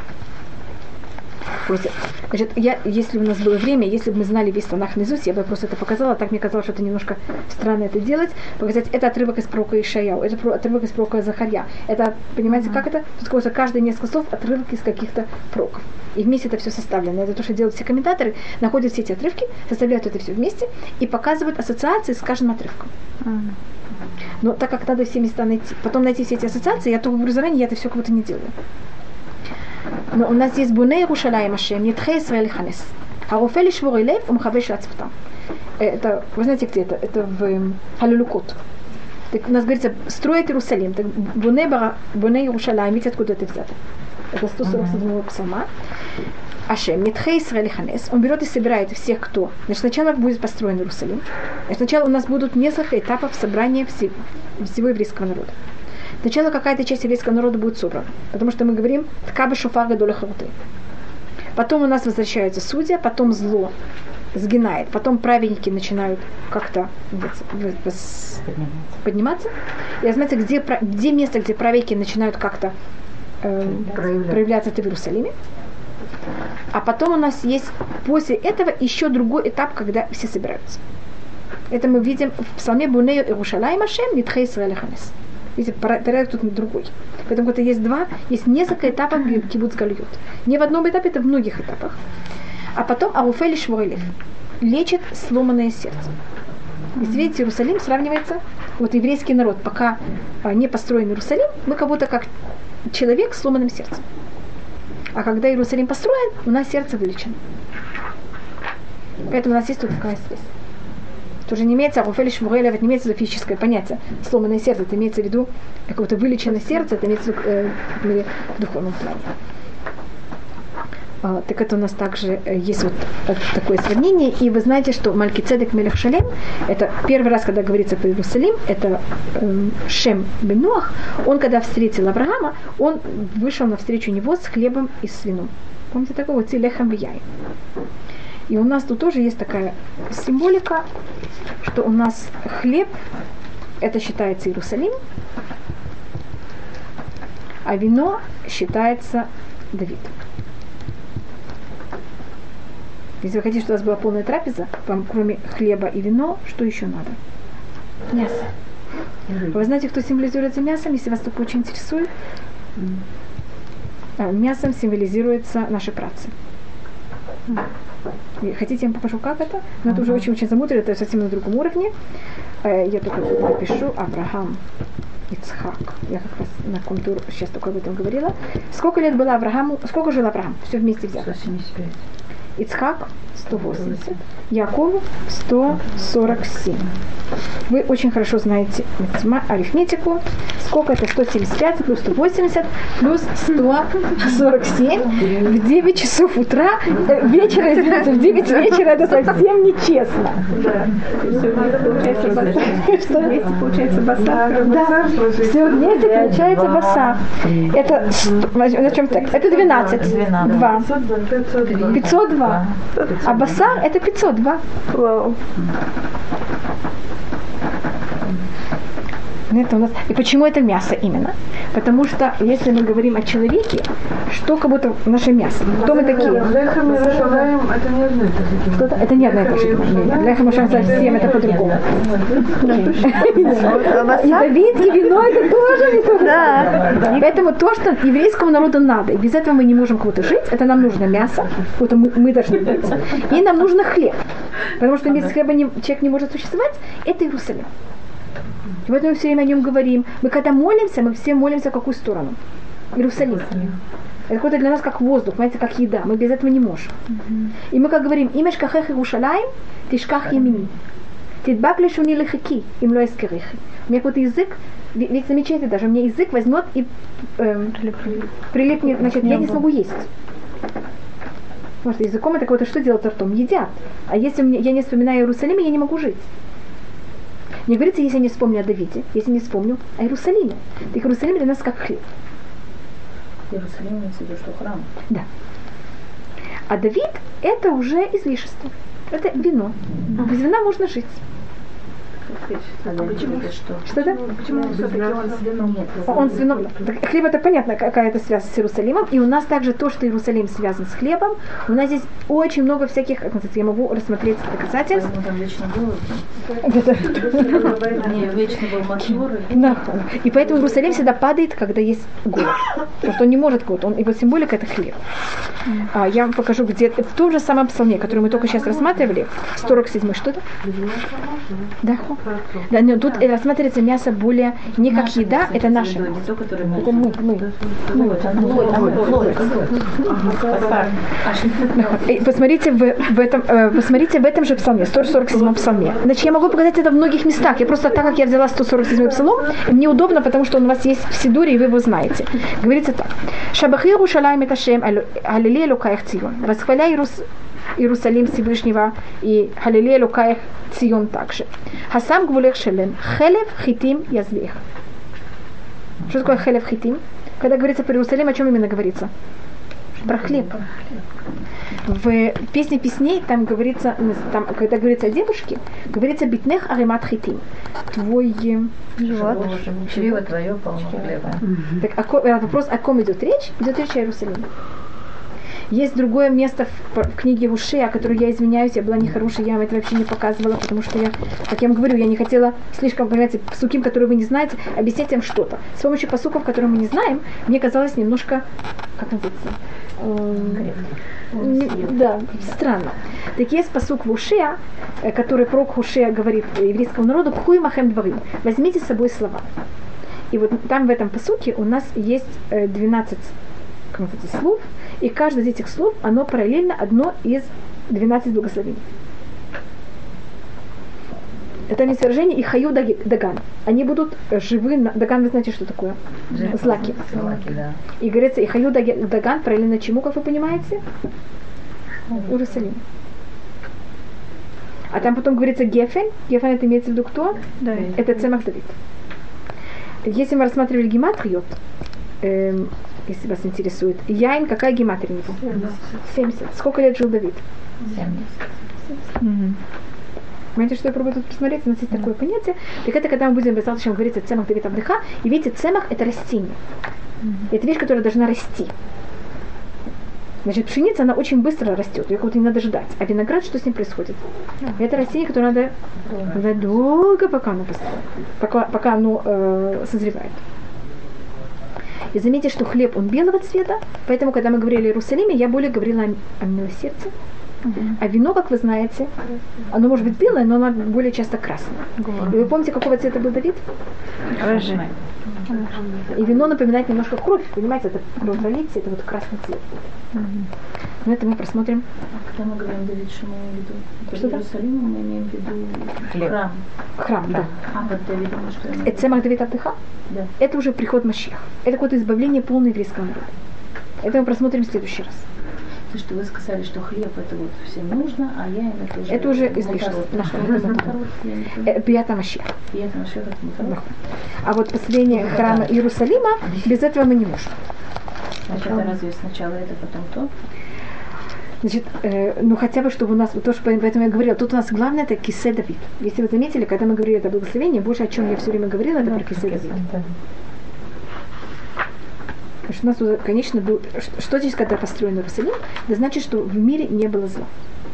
A: Просто, значит, я, если у нас было время, если бы мы знали весь Танах наизусть, я бы просто это показала. Так мне казалось, что это немножко странно это делать. Показать, это отрывок из пророка Ишаяу, это отрывок из пророка Захарья. Это, понимаете, mm-hmm. как это? Тут какое-то каждые несколько слов отрывок из каких-то пророков. И вместе это все составлено. Это то, что делают все комментаторы, находят все эти отрывки, составляют это все вместе и показывают ассоциации с каждым отрывком. Mm-hmm. Но так как надо все места найти, потом найти все эти ассоциации, я только говорю заранее, я это все как будто не делаю. Но у нас есть Буней Иерушалайм Ашем, Нитхей Исраэль Ханес. Харофе лишвор элев умхавеш лацфтам. Это, вы знаете, где это? Это в Халилукот. Так у нас говорится, строит Иерусалим. Так Буней Иерушалайм, видите, откуда это взято? Это сто сорок седьмой псалма. Ашем, Нитхей Исраэль Ханес. Он берет и собирает всех, кто. Значит, сначала будет построен Иерусалим. Значит, сначала у нас будут несколько этапов собрания всего еврейского народа. Сначала какая-то часть еврейского народа будет собрана, потому что мы говорим «ткабы шофар гадоль харуты». Потом у нас возвращаются судья, потом зло сгинает, потом праведники начинают как-то подниматься. И знаете, где, где место, где праведники начинают как-то э, проявляться. проявляться, это в Иерусалиме. А потом у нас есть после этого еще другой этап, когда все собираются. Это мы видим в псалме «Буней Иерушалайм Ашем, Нитхей Исраэль Ханес». Видите, порядок тут другой. Поэтому это есть два, есть несколько этапов кибуц галют. Не в одном этапе, это в многих этапах. А потом Аруфе лишвор элев лечит сломанное сердце. И видите, Иерусалим сравнивается Вот еврейский народ, пока не построен Иерусалим, мы как будто как человек с сломанным сердцем. А когда Иерусалим построен, у нас сердце вылечено. Поэтому у нас есть тут такая связь. Тоже не имеется, Руфель Шмурель, это не имеется в виду физическое понятие. Сломанное сердце, это имеется в виду какое-то вылеченное сердце, это имеется в виду э, в духовном плане. А, так это у нас также есть вот такое сравнение. И вы знаете, что Малкицедек Мелех Шалем, это первый раз, когда говорится про Иерусалим, это э, Шем бен Ноах, он когда встретил Авраама, он вышел навстречу него с хлебом и с вином. Помните такое? Вот Цилехам Вияй. И у нас тут тоже есть такая символика, что у нас хлеб, это считается Иерусалим, а вино считается Давид. Если вы хотите, чтобы у вас была полная трапеза, вам кроме хлеба и вино, что еще надо? Мясо. Вы знаете, кто символизируется мясом, если вас только очень интересует? Мясом символизируется наши працы. Хотите, я вам покажу, как это? Но uh-huh. это уже очень-очень замудрено, это совсем на другом уровне. Я только тут напишу Авраам, Ицхак. Я как раз на контур сейчас только об этом говорила. Сколько лет было Аврааму? Сколько жил Авраам? Все вместе взято.
C: сто семьдесят пять.
A: Ицхак сто восемьдесят. Якову сто сорок семь. Вы очень хорошо знаете арифметику. Сколько это? сто семьдесят пять плюс сто восемьдесят плюс сто сорок семь. В девять часов утра, э, вечера, извините, в девять вечера это совсем нечестно.
B: Да. Все вместе получается басар.
A: Что?
B: Вместе получается басар.
A: Да. Все вместе получается басар. Это, на чем так? Это двенадцать. два. пятьсот два. А басар это пятьсот два.
B: Вау.
A: Это у нас... И почему это мясо именно? Потому что, если мы говорим о человеке, что как будто наше мясо? Кто мы такие?
D: Лехем Иерушалаим – это не одно и то же.
A: Что-то? Это не одно и то же. Лехем Иерушалаим совсем это по-другому. И Давид, и вино – это тоже не то же. Да. Поэтому то, что еврейскому народу надо, и без этого мы не можем кого-то жить, это нам нужно мясо, это мы, мы должны быть, и нам нужно хлеб. Потому что без хлеба не, человек не может существовать, это Иерусалим. И поэтому мы все время о нем говорим. Мы когда молимся, мы все молимся в какую сторону? Иерусалим. Это какой-то для нас как воздух, понимаете, как еда. Мы без этого не можем. Mm-hmm. И мы как говорим, имеш кахех Иерушалаим, тишках ямини. Тидбак лишуни лихаки, им ло эскерихи. У меня какой-то язык, ведь замечательно даже, у меня язык возьмет и эм, прилипнет, значит, я не смогу есть. Потому что языком это какое-то что делать ртом? Едят. А если меня, я не вспоминаю Иерусалим, я не могу жить. Не говорится, если я не вспомню о Давиде, если не вспомню о Иерусалиме. Так Иерусалим для нас как хлеб.
C: Иерусалим имеется в виду, что храм.
A: Да. А Давид это уже излишество. Это вино. Без вина можно жить.
C: А почему что?
A: Что-то?
C: Почему он все-таки он с вином? Нет,
A: он с вином. Так, хлеб это понятно, какая это связь с Иерусалимом. И у нас также то, что Иерусалим связан с хлебом. У нас здесь очень много всяких, как называется, я могу рассмотреть доказательств.
C: Поэтому там вечно
A: голод.
C: Не, вечно был махмур.
A: Да. И поэтому Иерусалим всегда падает, когда есть голод. Потому что он не может голод. Он, его символика это хлеб. А, я вам покажу, где в том же самом псалме, который мы только сейчас рассматривали, сорок седьмой, что-то? Да. Да, но тут рассматривается мясо более не как еда, это наше. Это мы, мы. Посмотрите в, в этом, посмотрите в этом же псалме, сто сорок седьмом псалме. Значит, я могу показать это в многих местах. Я просто так как я взяла сто сорок седьмой псалом, мне удобно, потому что он у вас есть в Сидуре, и вы его знаете. Говорится так: Шабахи Иерушалаим это Шем, Аллилуйя Элокаях Цион. Восхваляй Иерус... Иерусалим Всевышнего и Халиле Лукаях Цион также. Хасам Гвулех Шелем. Хелев Хитим Язвех. Что такое Хелев Хитим? Когда говорится про Иерусалим, о чем именно говорится? Про хлеб. В песне песней там говорится, там, когда говорится о девушке, говорится Битнех Аримат Хитим. Твой живот.
C: Чрево твое полно хлеба.
A: Так, о, вопрос, о ком идет речь? Идет речь о Иерусалиме. Есть другое место в, в книге Ушея, о которой я извиняюсь, я была нехорошей, я вам это вообще не показывала, потому что я, как я вам говорю, я не хотела слишком, понимаете, псуким, которые вы не знаете, объяснять им что-то. С помощью пасуков, которые мы не знаем, мне казалось немножко, как называется, эм, не, да, странно. Так есть пасук в Ушия, который пророк Хушия говорит еврейскому народу: «Пхуй махем дварим», возьмите с собой слова. И вот там в этом пасуке у нас есть двенадцать слов, и каждое из этих слов, оно параллельно одно из двенадцати благословений. Это не свержение и хаю даган. Они будут живы. На... Даган, вы знаете, что такое?
C: Жив.
A: Злаки.
C: Злаки, да.
A: И говорится, и хаю даган параллельно чему, как вы понимаете? Иерусалим. А там потом говорится гефен. Гефен это имеется в виду кто?
C: Да.
A: Это Цемах Давид. Если мы рассматривали гематрию, эм, если вас интересует, Яин, какая гематрия? семьдесят. Сколько лет жил Давид?
C: семьдесят.
A: Угу. Понимаете, что я пробую тут посмотреть? У нас есть такое понятие. Так это когда мы будем достаточно говорить о Цемах Давид Авдыха. И видите, Цемах это растение. Это вещь, которая должна расти. Значит, пшеница, она очень быстро растет, ее как-то не надо ждать. А виноград, что с ним происходит? Это растение, которое надо ждать долго, пока оно построит, пока, пока оно э, созревает. И заметьте, что хлеб, он белого цвета, поэтому, когда мы говорили о Иерусалиме, я более говорила о, о милосердии. Uh-huh. А вино, как вы знаете, оно может быть белое, но оно более часто красное. Uh-huh. И вы помните, какого цвета был Давид?
C: Рыжий.
A: И вино напоминает немножко кровь, понимаете, это кровопролитие, это вот красный цвет. Uh-huh. Но это мы просмотрим.
C: Когда мы говорим Давид, что мы имеем в виду?
A: Что
C: Иерусалим, мы имеем в виду
A: хлеб. Храм. Храм, да.
C: А вот Давид, что имеем?
A: Это Цемах Давид Авдыха?
C: Да. Это
A: уже приход Машиах. Это какое-то избавление полного еврейского народа. Это мы просмотрим в следующий раз.
C: То, что вы сказали, что хлеб это вот всем нужно, а я это уже...
A: Это уже излишне. Бията Машиах.
C: Бията Машиах это мутарот.
A: А вот последнее храма Иерусалима, без этого мы не можем.
C: Значит, это разве сначала это, потом то?
A: Значит, э, ну хотя бы, чтобы у нас, то, что поэтому я говорила, тут у нас главное это Кисе Давид. Если вы заметили, когда мы говорили это благословение, больше о чем я все время говорила, это про Кисе Давид. Потому что у нас, конечно, был... Что здесь, когда построен Иерусалим? Это значит, что в мире не было зла.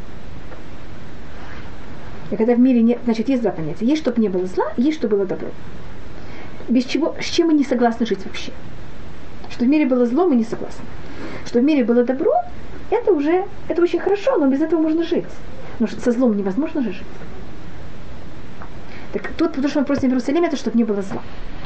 A: И когда в мире нет... Значит, есть два понятия. Есть, чтобы не было зла, есть, чтобы было добро. Без чего... С чем мы не согласны жить вообще? Что в мире было зло, мы не согласны. Что в мире было добро, это уже... Это очень хорошо, но без этого можно жить. Но со злом невозможно же жить. Так тут, потому что мы просим в Иерусалиме, это чтобы не было зла.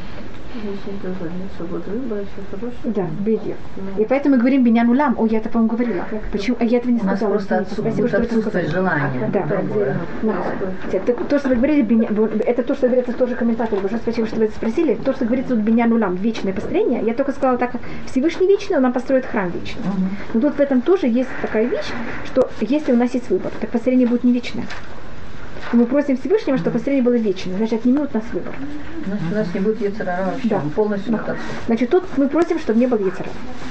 A: Да, бедью. И поэтому мы говорим биньян улам. О, я это, по-моему, говорила. Почему? А я этого не сказала.
C: У нас просто отсутствует, отсутствует желание.
A: Да. да. То, что вы говорили, это то, что говорится тоже комментаторы. Уже спасибо, что вы это спросили. То, что говорится тут биньян улам, вечное построение. Я только сказала так, как Всевышний вечный, он нам построит храм вечный. Но тут в этом тоже есть такая вещь, что если у нас есть выбор, так построение будет не вечное. И мы просим Всевышнего, чтобы построение было вечное. Значит, отнимут нас выбор.
C: Значит, у нас не будет яцерара вообще. Да. Полностью. Да.
A: Значит, тут мы просим, чтобы не было яцерара.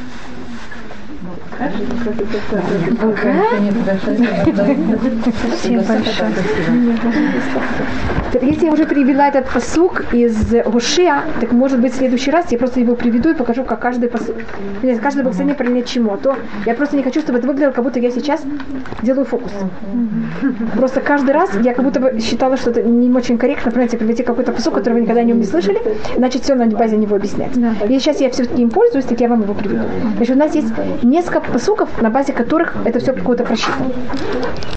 A: Если я уже привела этот пасук из Гошея, так может быть в следующий раз я просто его приведу и покажу, как каждый пасук. Каждое благословение применяет чему. А то я просто не хочу, чтобы это выглядело, как будто я сейчас делаю фокус. Просто каждый раз я как будто бы считала, что это не очень корректно, понимаете, привести какой-то пасук, который вы никогда о нем не слышали, значит все на базе него объяснять. И сейчас я все-таки им пользуюсь, так я вам его приведу. Значит, у нас есть несколько пасуков, на базе которых это все какое-то просчитано.